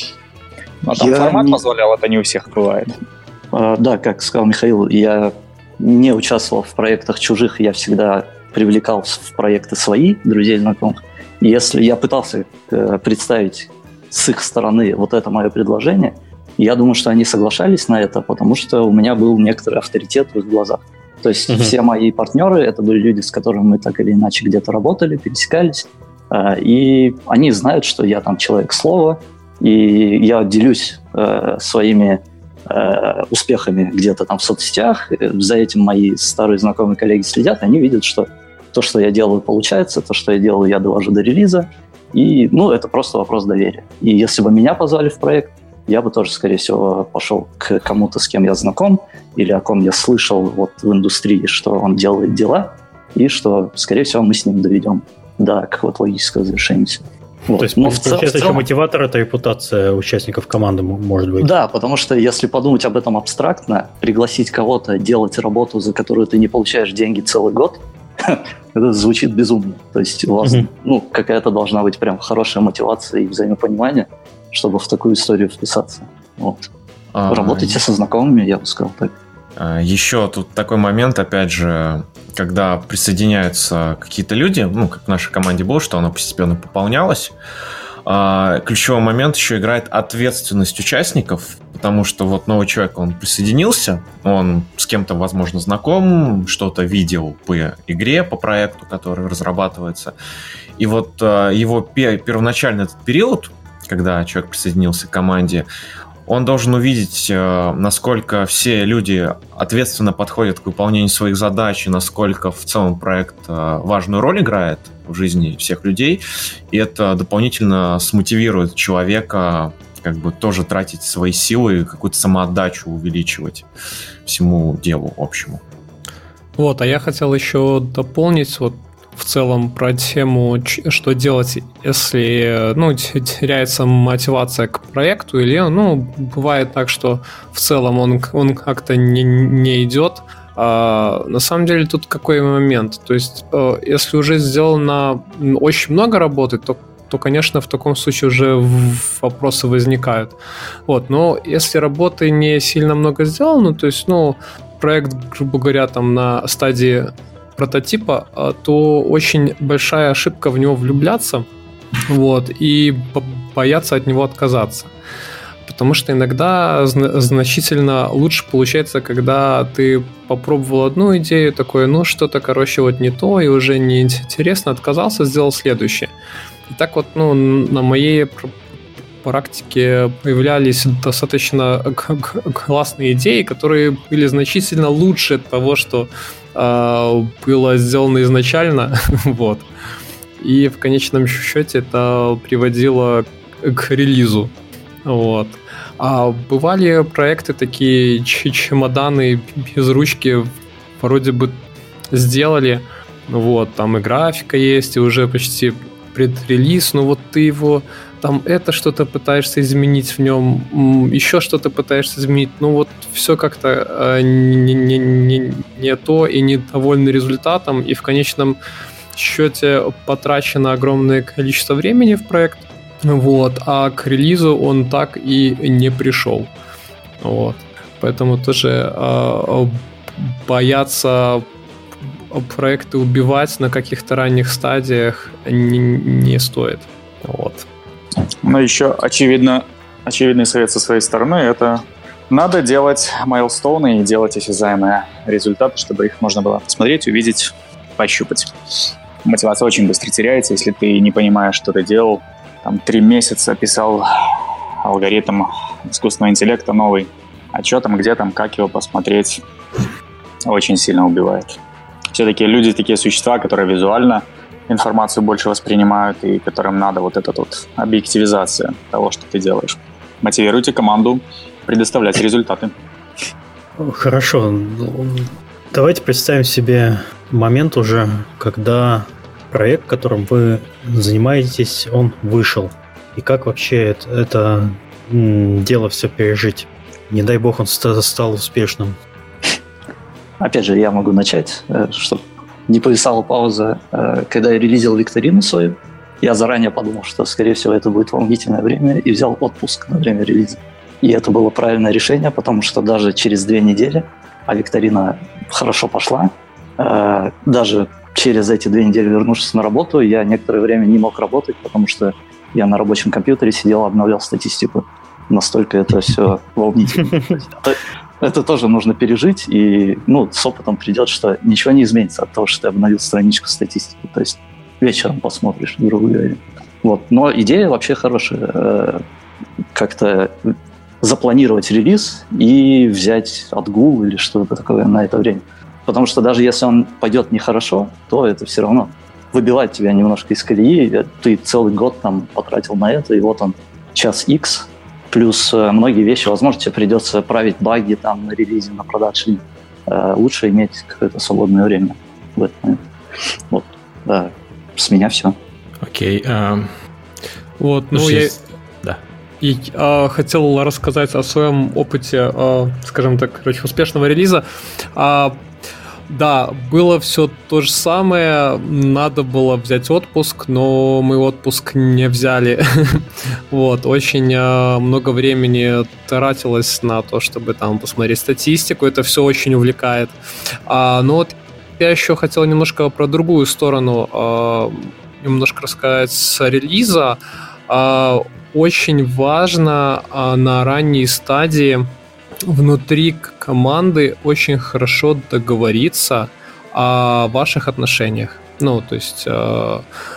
Но там я формат не... позволял, это не у всех бывает. А, да, как сказал Михаил, я не участвовал в проектах чужих, я всегда привлекал в проекты свои, друзей, знакомых. И если я пытался э, представить с их стороны вот это мое предложение, я думаю, что они соглашались на это, потому что у меня был некоторый авторитет в их глазах. То есть uh-huh. все мои партнеры, это были люди, с которыми мы так или иначе где-то работали, пересекались, э, и они знают, что я там человек слова, и я делюсь э, своими э, успехами где-то там в соцсетях, за этим мои старые знакомые коллеги следят, они видят, что то, что я делаю, получается, то, что я делаю, я довожу до релиза, и, ну, это просто вопрос доверия. И если бы меня позвали в проект, я бы тоже, скорее всего, пошел к кому-то, с кем я знаком, или о ком я слышал вот в индустрии, что он делает дела, и что, скорее всего, мы с ним доведем до какого-то логического завершения. Вот. То есть, Но получается, в целом... еще мотиватор – это репутация участников команды, может быть? Да, потому что если подумать об этом абстрактно, пригласить кого-то делать работу, за которую ты не получаешь деньги целый год, это звучит безумно. То есть у вас mm-hmm. ну, какая-то должна быть прям хорошая мотивация и взаимопонимание, чтобы в такую историю вписаться. Вот. А, Работайте со знакомыми, я бы сказал так. Еще тут такой момент, опять же, когда присоединяются какие-то люди, ну, как в нашей команде было, что оно постепенно пополнялось, ключевой момент еще играет ответственность участников, потому что вот новый человек, он присоединился, он с кем-то, возможно, знаком, что-то видел по игре, по проекту, который разрабатывается, и вот его первоначальный этот период, когда человек присоединился к команде, он должен увидеть, насколько все люди ответственно подходят к выполнению своих задач и насколько в целом проект важную роль играет в жизни всех людей. И это дополнительно смотивирует человека как бы тоже тратить свои силы, какую-то самоотдачу увеличивать всему делу общему. Вот, а я хотел еще дополнить вот в целом про тему, что делать, если, ну, теряется мотивация к проекту, или, ну, бывает так, что в целом он, он как-то не, не идет. А, на самом деле тут какой момент? То есть, если уже сделано очень много работы, то, то, конечно, в таком случае уже вопросы возникают. Вот, но если работы не сильно много сделано, то есть, ну, проект, грубо говоря, там на стадии прототипа, то очень большая ошибка в него влюбляться, вот, и бояться от него отказаться. Потому что иногда значительно лучше получается, когда ты попробовал одну идею, такое, ну, что-то, короче, вот не то, и уже неинтересно, отказался, сделал следующее. И так вот, ну, на моей практике появлялись достаточно классные идеи, которые были значительно лучше того, что э, было сделано изначально, вот. И в конечном счете это приводило к релизу. Вот. А бывали проекты такие, чемоданы без ручки вроде бы сделали, вот, там и графика есть, и уже почти предрелиз, но вот ты его, там это что-то пытаешься изменить в нем, еще что-то пытаешься изменить, ну вот все как-то э, не, не, не, не то и недовольны результатом, и в конечном счете потрачено огромное количество времени в проект. Вот, а к релизу он так и не пришел. Вот. Поэтому тоже э, бояться проекты убивать на каких-то ранних стадиях не, не стоит. Вот. Ну, еще очевидно, очевидный совет со своей стороны — это надо делать майлстоуны и делать осязаемые результаты, чтобы их можно было посмотреть, увидеть, пощупать. Мотивация очень быстро теряется, если ты не понимаешь, что ты делал. Там три месяца писал алгоритм искусственного интеллекта новый. А что там, где там, как его посмотреть, очень сильно убивает. Все-таки люди такие существа, которые визуально информацию больше воспринимают и которым надо вот эта вот объективизация того, что ты делаешь. Мотивируйте команду предоставлять результаты. Хорошо. Давайте представим себе момент уже, когда проект, которым вы занимаетесь, он вышел. И как вообще это, это м, дело все пережить? Не дай бог он ст- стал успешным. Опять же, я могу начать, чтобы не повисала пауза. Когда я релизил викторину свою, я заранее подумал, что, скорее всего, это будет волнительное время, и взял отпуск на время релиза. И это было правильное решение, потому что даже через две недели, а викторина хорошо пошла, даже через эти две недели, вернувшись на работу, я некоторое время не мог работать, потому что я на рабочем компьютере сидел, обновлял статистику. Настолько это все волнительно. Это, это тоже нужно пережить, и ну, с опытом придет, что ничего не изменится от того, что ты обновил страничку статистики. То есть вечером посмотришь, грубо говоря. Вот. Но идея вообще хорошая. Как-то запланировать релиз и взять отгул или что-то такое на это время. Потому что даже если он пойдет нехорошо, то это все равно выбивает тебя немножко из колеи. Ты целый год там потратил на это, и вот он час X. Плюс многие вещи, возможно, тебе придется править баги там на релизе, на продакшене. Лучше иметь какое-то свободное время в этот момент. Вот, да, с меня все. Окей. Okay, um... Вот, ну, я... Да. И а, хотел рассказать о своем опыте, а, скажем так, короче, успешного релиза. А, да, было все то же самое. Надо было взять отпуск, но мы отпуск не взяли. Вот, очень а, много времени тратилось на то, чтобы там посмотреть статистику. Это все очень увлекает. А, но вот я еще хотел немножко про другую сторону а, немножко рассказать с релиза. А, очень важно а, на ранней стадии внутри команды очень хорошо договориться о ваших отношениях. Ну, то есть э,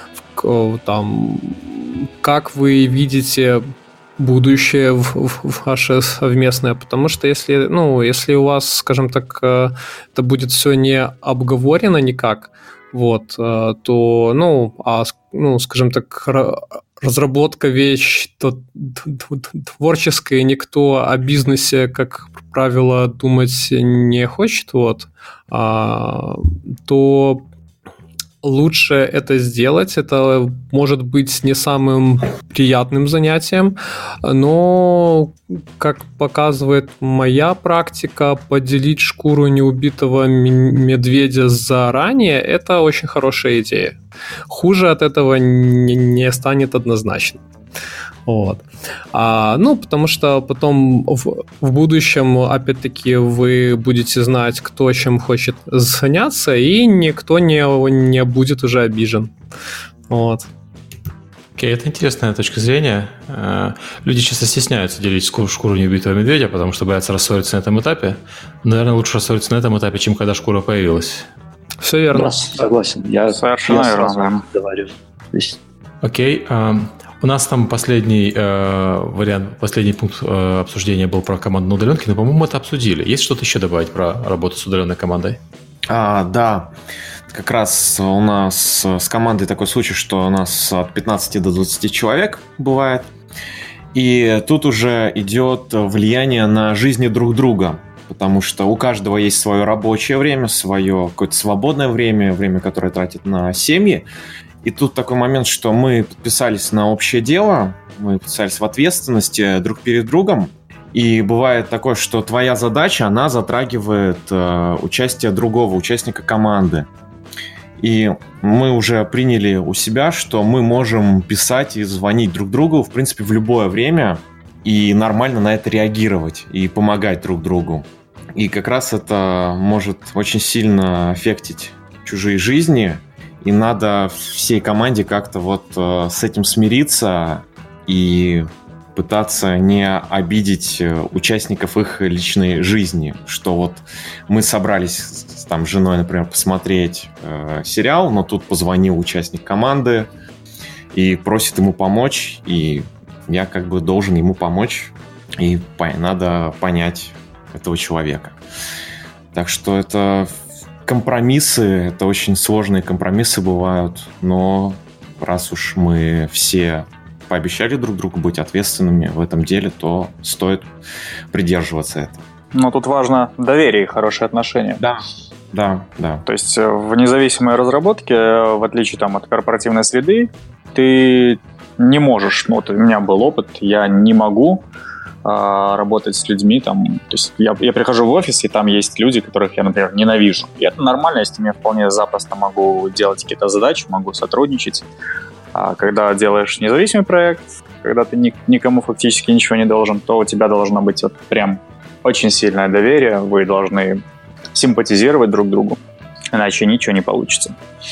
в, там, как вы видите будущее в, в ваше совместное, потому что если, ну, если у вас, скажем так, э, это будет все не обговорено никак, вот, э, то, ну, а, ну, скажем так, разработка вещь то, творческая, никто о бизнесе, как правило, думать не хочет, вот, а, то лучше это сделать. Это может быть не самым приятным занятием, но, как показывает моя практика, поделить шкуру неубитого медведя заранее – это очень хорошая идея. Хуже от этого не, не станет однозначно. Вот. А, ну, потому что потом в, в будущем, опять-таки, вы будете знать, кто чем хочет заняться, и никто не, не будет уже обижен. Вот. Окей, okay, это интересная точка зрения. Люди часто стесняются делить шкуру неубитого медведя, потому что боятся рассориться на этом этапе. Наверное, лучше рассориться на этом этапе, чем когда шкура появилась. Все верно. Да, согласен. Я, Совершенно я верно. говорю. Окей. Okay. У нас там последний э, вариант, последний пункт э, обсуждения был про команду на удаленке, но, по-моему, мы это обсудили. Есть что-то еще добавить про работу с удаленной командой? А, да. Как раз у нас с командой такой случай, что у нас от пятнадцати до двадцати человек бывает. И тут уже идет влияние на жизни друг друга. Потому что у каждого есть свое рабочее время, свое какое-то свободное время, время, которое тратит на семьи. И тут такой момент, что мы подписались на общее дело, мы подписались в ответственности друг перед другом. И бывает такое, что твоя задача, она затрагивает э, участие другого участника команды. И мы уже приняли у себя, что мы можем писать и звонить друг другу, в принципе, в любое время и нормально на это реагировать и помогать друг другу. И как раз это может очень сильно аффектить чужие жизни. И надо всей команде как-то вот э, с этим смириться и пытаться не обидеть участников их личной жизни. Что вот мы собрались с, там, с женой, например, посмотреть э, сериал, но тут позвонил участник команды и просит ему помочь, и я как бы должен ему помочь, и по- надо понять этого человека. Так что это... Компромиссы, это очень сложные компромиссы бывают, но раз уж мы все пообещали друг другу быть ответственными в этом деле, то стоит придерживаться этого. Но тут важно доверие и хорошие отношения. Да, да, да. То есть в независимой разработке, в отличие там, от корпоративной среды, ты не можешь, ну вот у меня был опыт, я не могу работать с людьми, там, то есть я, я прихожу в офис, и там есть люди, которых я, например, ненавижу. И это нормально, я с ними вполне запросто могу делать какие-то задачи, могу сотрудничать. А когда делаешь независимый проект, когда ты ни, никому фактически ничего не должен, то у тебя должно быть вот прям очень сильное доверие, вы должны симпатизировать друг другу, иначе ничего не получится.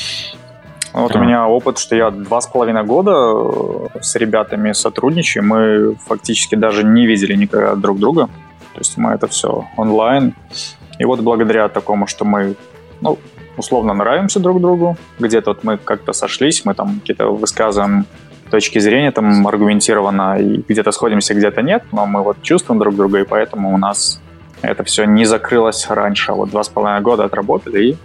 Вот а. У меня опыт, что я два с половиной года с ребятами сотрудничаю, мы фактически даже не видели никогда друг друга, то есть мы это все онлайн. И вот благодаря такому, что мы, ну, условно нравимся друг другу, где-то вот мы как-то сошлись, мы там какие-то высказываем точки зрения там аргументированно, и где-то сходимся, где-то нет, но мы вот чувствуем друг друга, и поэтому у нас это все не закрылось раньше. Вот два с половиной года отработали, и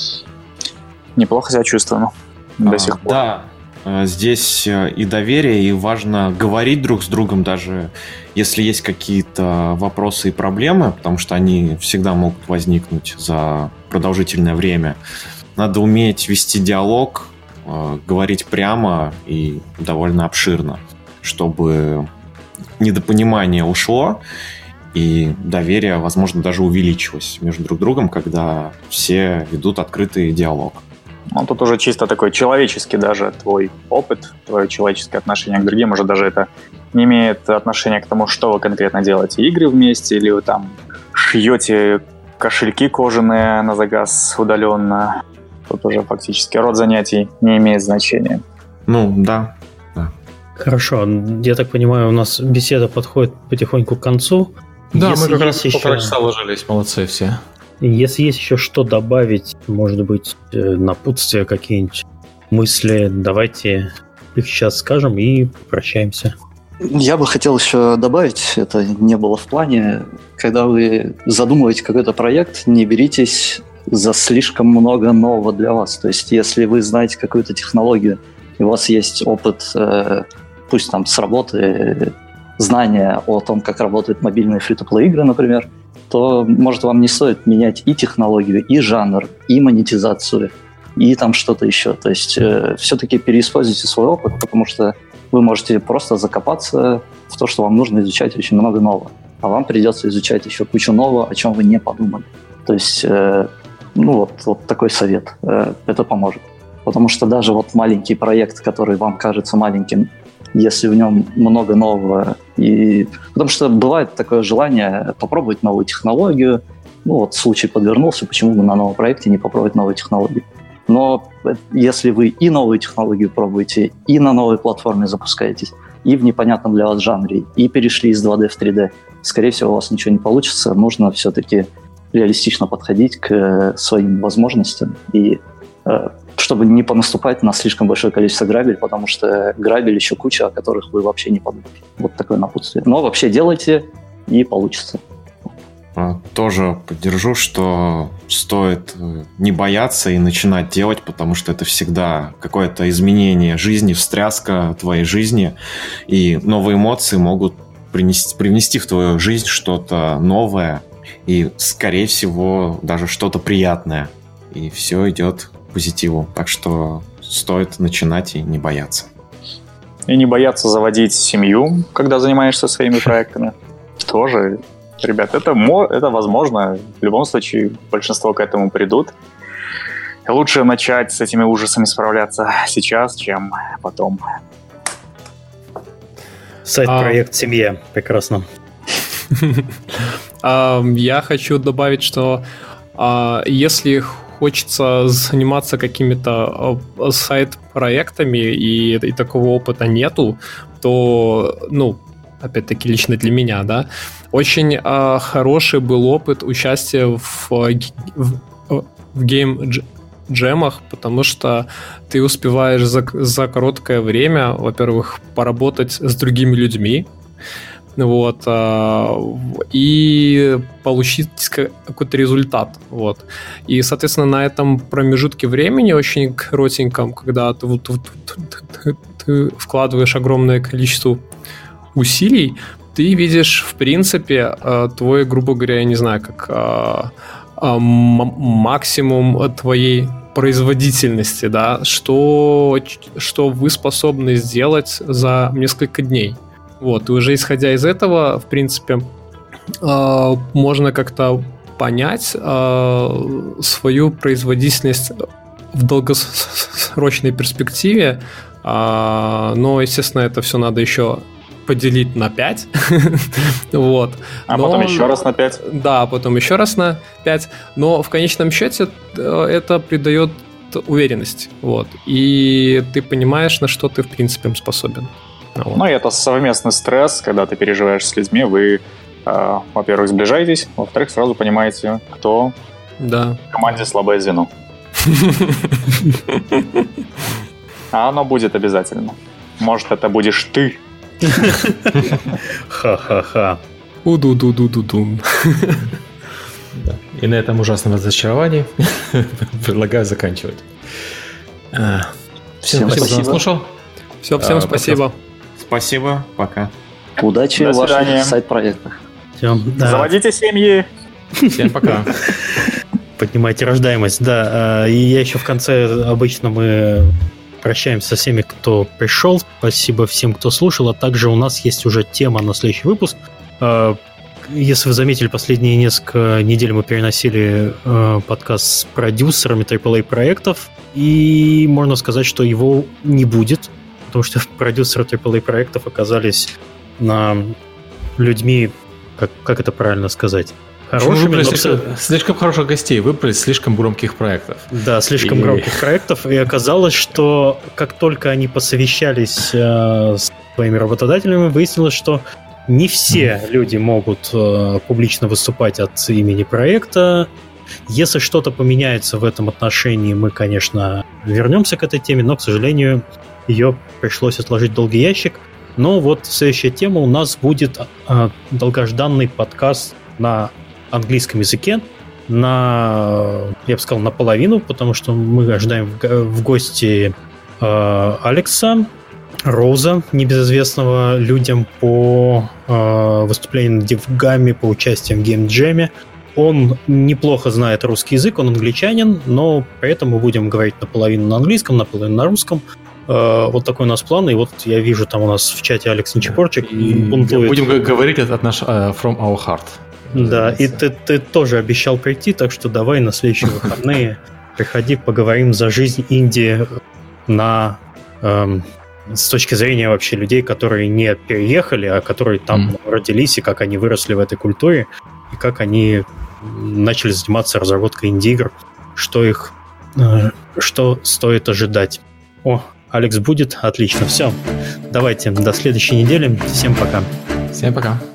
неплохо себя чувствуем. До сих пор. Да, здесь и доверие, и важно говорить друг с другом, даже если есть какие-то вопросы и проблемы, потому что они всегда могут возникнуть за продолжительное время. Надо уметь вести диалог, говорить прямо и довольно обширно, чтобы недопонимание ушло, и доверие, возможно, даже увеличилось между друг другом, когда все ведут открытый диалог. Ну, тут уже чисто такой человеческий даже твой опыт, твое человеческое отношение к другим, уже даже это не имеет отношения к тому, что вы конкретно делаете, игры вместе, или вы там шьете кошельки кожаные на заказ удаленно. Тут уже фактически род занятий не имеет значения. Ну, да. да. Хорошо, я так понимаю, у нас беседа подходит потихоньку к концу. Да, Если мы как раз еще... полтора часа ложились, молодцы все. Если есть еще что добавить, может быть, напутствия, какие-нибудь мысли, давайте их сейчас скажем и прощаемся. Я бы хотел еще добавить, это не было в плане, когда вы задумываете какой-то проект, не беритесь за слишком много нового для вас. То есть, если вы знаете какую-то технологию, и у вас есть опыт, э, пусть там с работы, знания о том, как работают мобильные фри-то-плей игры, например, то, может, вам не стоит менять и технологию, и жанр, и монетизацию. и там что-то еще. То есть э, все-таки переиспользуйте свой опыт, потому что вы можете просто закопаться в то, что вам нужно изучать очень много нового. А вам придется изучать еще кучу нового, о чем вы не подумали. То есть, э, ну вот, вот такой совет. Э, это поможет. Потому что даже вот маленький проект, который вам кажется маленьким, если в нем много нового, и... потому что бывает такое желание попробовать новую технологию. Ну вот случай подвернулся, почему бы на новом проекте не попробовать новую технологию. Но если вы и новую технологию пробуете, и на новой платформе запускаетесь, и в непонятном для вас жанре, и перешли из два дэ в три дэ, скорее всего, у вас ничего не получится. Нужно все-таки реалистично подходить к своим возможностям, и чтобы не понаступать на слишком большое количество грабель, потому что грабель еще куча, о которых вы вообще не подумали. Вот такое напутствие. Но вообще делайте, и получится. Тоже поддержу, что стоит не бояться и начинать делать, потому что это всегда какое-то изменение жизни, встряска твоей жизни, и новые эмоции могут принести, привнести в твою жизнь что-то новое и, скорее всего, даже что-то приятное. И все идет к позитиву. Так что стоит начинать и не бояться. И не бояться заводить семью, когда занимаешься своими проектами. Тоже... Ребят, это, это возможно. В любом случае, большинство к этому придут. И лучше начать с этими ужасами справляться сейчас, чем потом. Сайт-проект «Семья». Прекрасно. Я хочу добавить, что если хочется заниматься какими-то сайт-проектами и, и такого опыта нету, то, ну, опять-таки лично для меня, да, очень э, хороший был опыт участия в, в, в гейм-джемах, потому что ты успеваешь за, за короткое время, во-первых, поработать с другими людьми, вот, э, и получить какой-то результат, вот. И, соответственно, на этом промежутке времени, очень коротеньком, когда ты, ты, ты, ты вкладываешь огромное количество усилий, ты видишь, в принципе, твой, грубо говоря, я не знаю, как максимум твоей производительности, да, что, что вы способны сделать за несколько дней. Вот, и уже исходя из этого, в принципе, можно как-то понять свою производительность в долгосрочной перспективе, но, естественно, это все надо еще поделить на пять. Вот. А Но, потом еще раз на пять. Да, потом еще раз на пять. Но в конечном счете это придает уверенность. Вот. И ты понимаешь, на что ты, в принципе, способен. Вот. Ну и это совместный стресс, когда ты переживаешь с людьми, вы, э, во-первых, сближаетесь, во-вторых, сразу понимаете, кто да. в команде слабое звено. А оно будет обязательно. Может, это будешь ты. Ха-ха-ха. У-ду-ду-ду-ду-дум. И на этом ужасном разочаровании предлагаю заканчивать. Всем спасибо, что слушал. Все, всем спасибо. Спасибо, пока. Удачи в ваших сайт-проектах. Заводите семьи. Всем пока. Поднимайте рождаемость, да. И я еще в конце, обычно мы прощаемся со всеми, кто пришел. Спасибо всем, кто слушал. А также у нас есть уже тема на следующий выпуск. Если вы заметили, последние несколько недель мы переносили подкаст с продюсерами трипл эй проектов. И можно сказать, что его не будет. Потому что продюсеры трипл эй проектов оказались на людьми, как, как это правильно сказать, хорошими. Но... Слишком, слишком хороших гостей, выбрали слишком громких проектов. Да, слишком и... громких проектов. И оказалось, что как только они посовещались э, с своими работодателями, выяснилось, что не все mm. люди могут э, публично выступать от имени проекта. Если что-то поменяется в этом отношении, мы, конечно, вернемся к этой теме, но, к сожалению, ее пришлось отложить в долгий ящик. Но вот следующая тема у нас будет э, долгожданный подкаст на английском языке, на, я бы сказал, наполовину, потому что мы ожидаем в, в гости э, Алекса Роуза, небезызвестного людям по э, выступлению на DevGAM, по участию в геймджеме. Он неплохо знает русский язык, он англичанин, но при этом мы будем говорить наполовину на английском, наполовину на русском. Вот такой у нас план, и вот я вижу там у нас в чате Алекс Нечепорчик бунтует. Будем говорить от наш uh, from our heart. Да, и ты, ты тоже обещал прийти, так что давай на следующие выходные приходи, поговорим за жизнь Индии на, эм, с точки зрения вообще людей, которые не переехали, а которые там mm. родились, и как они выросли в этой культуре, и как они начали заниматься разработкой инди-игр, что их, э, что стоит ожидать. О, Алекс будет? Отлично, все. Давайте, до следующей недели. Всем пока. Всем пока.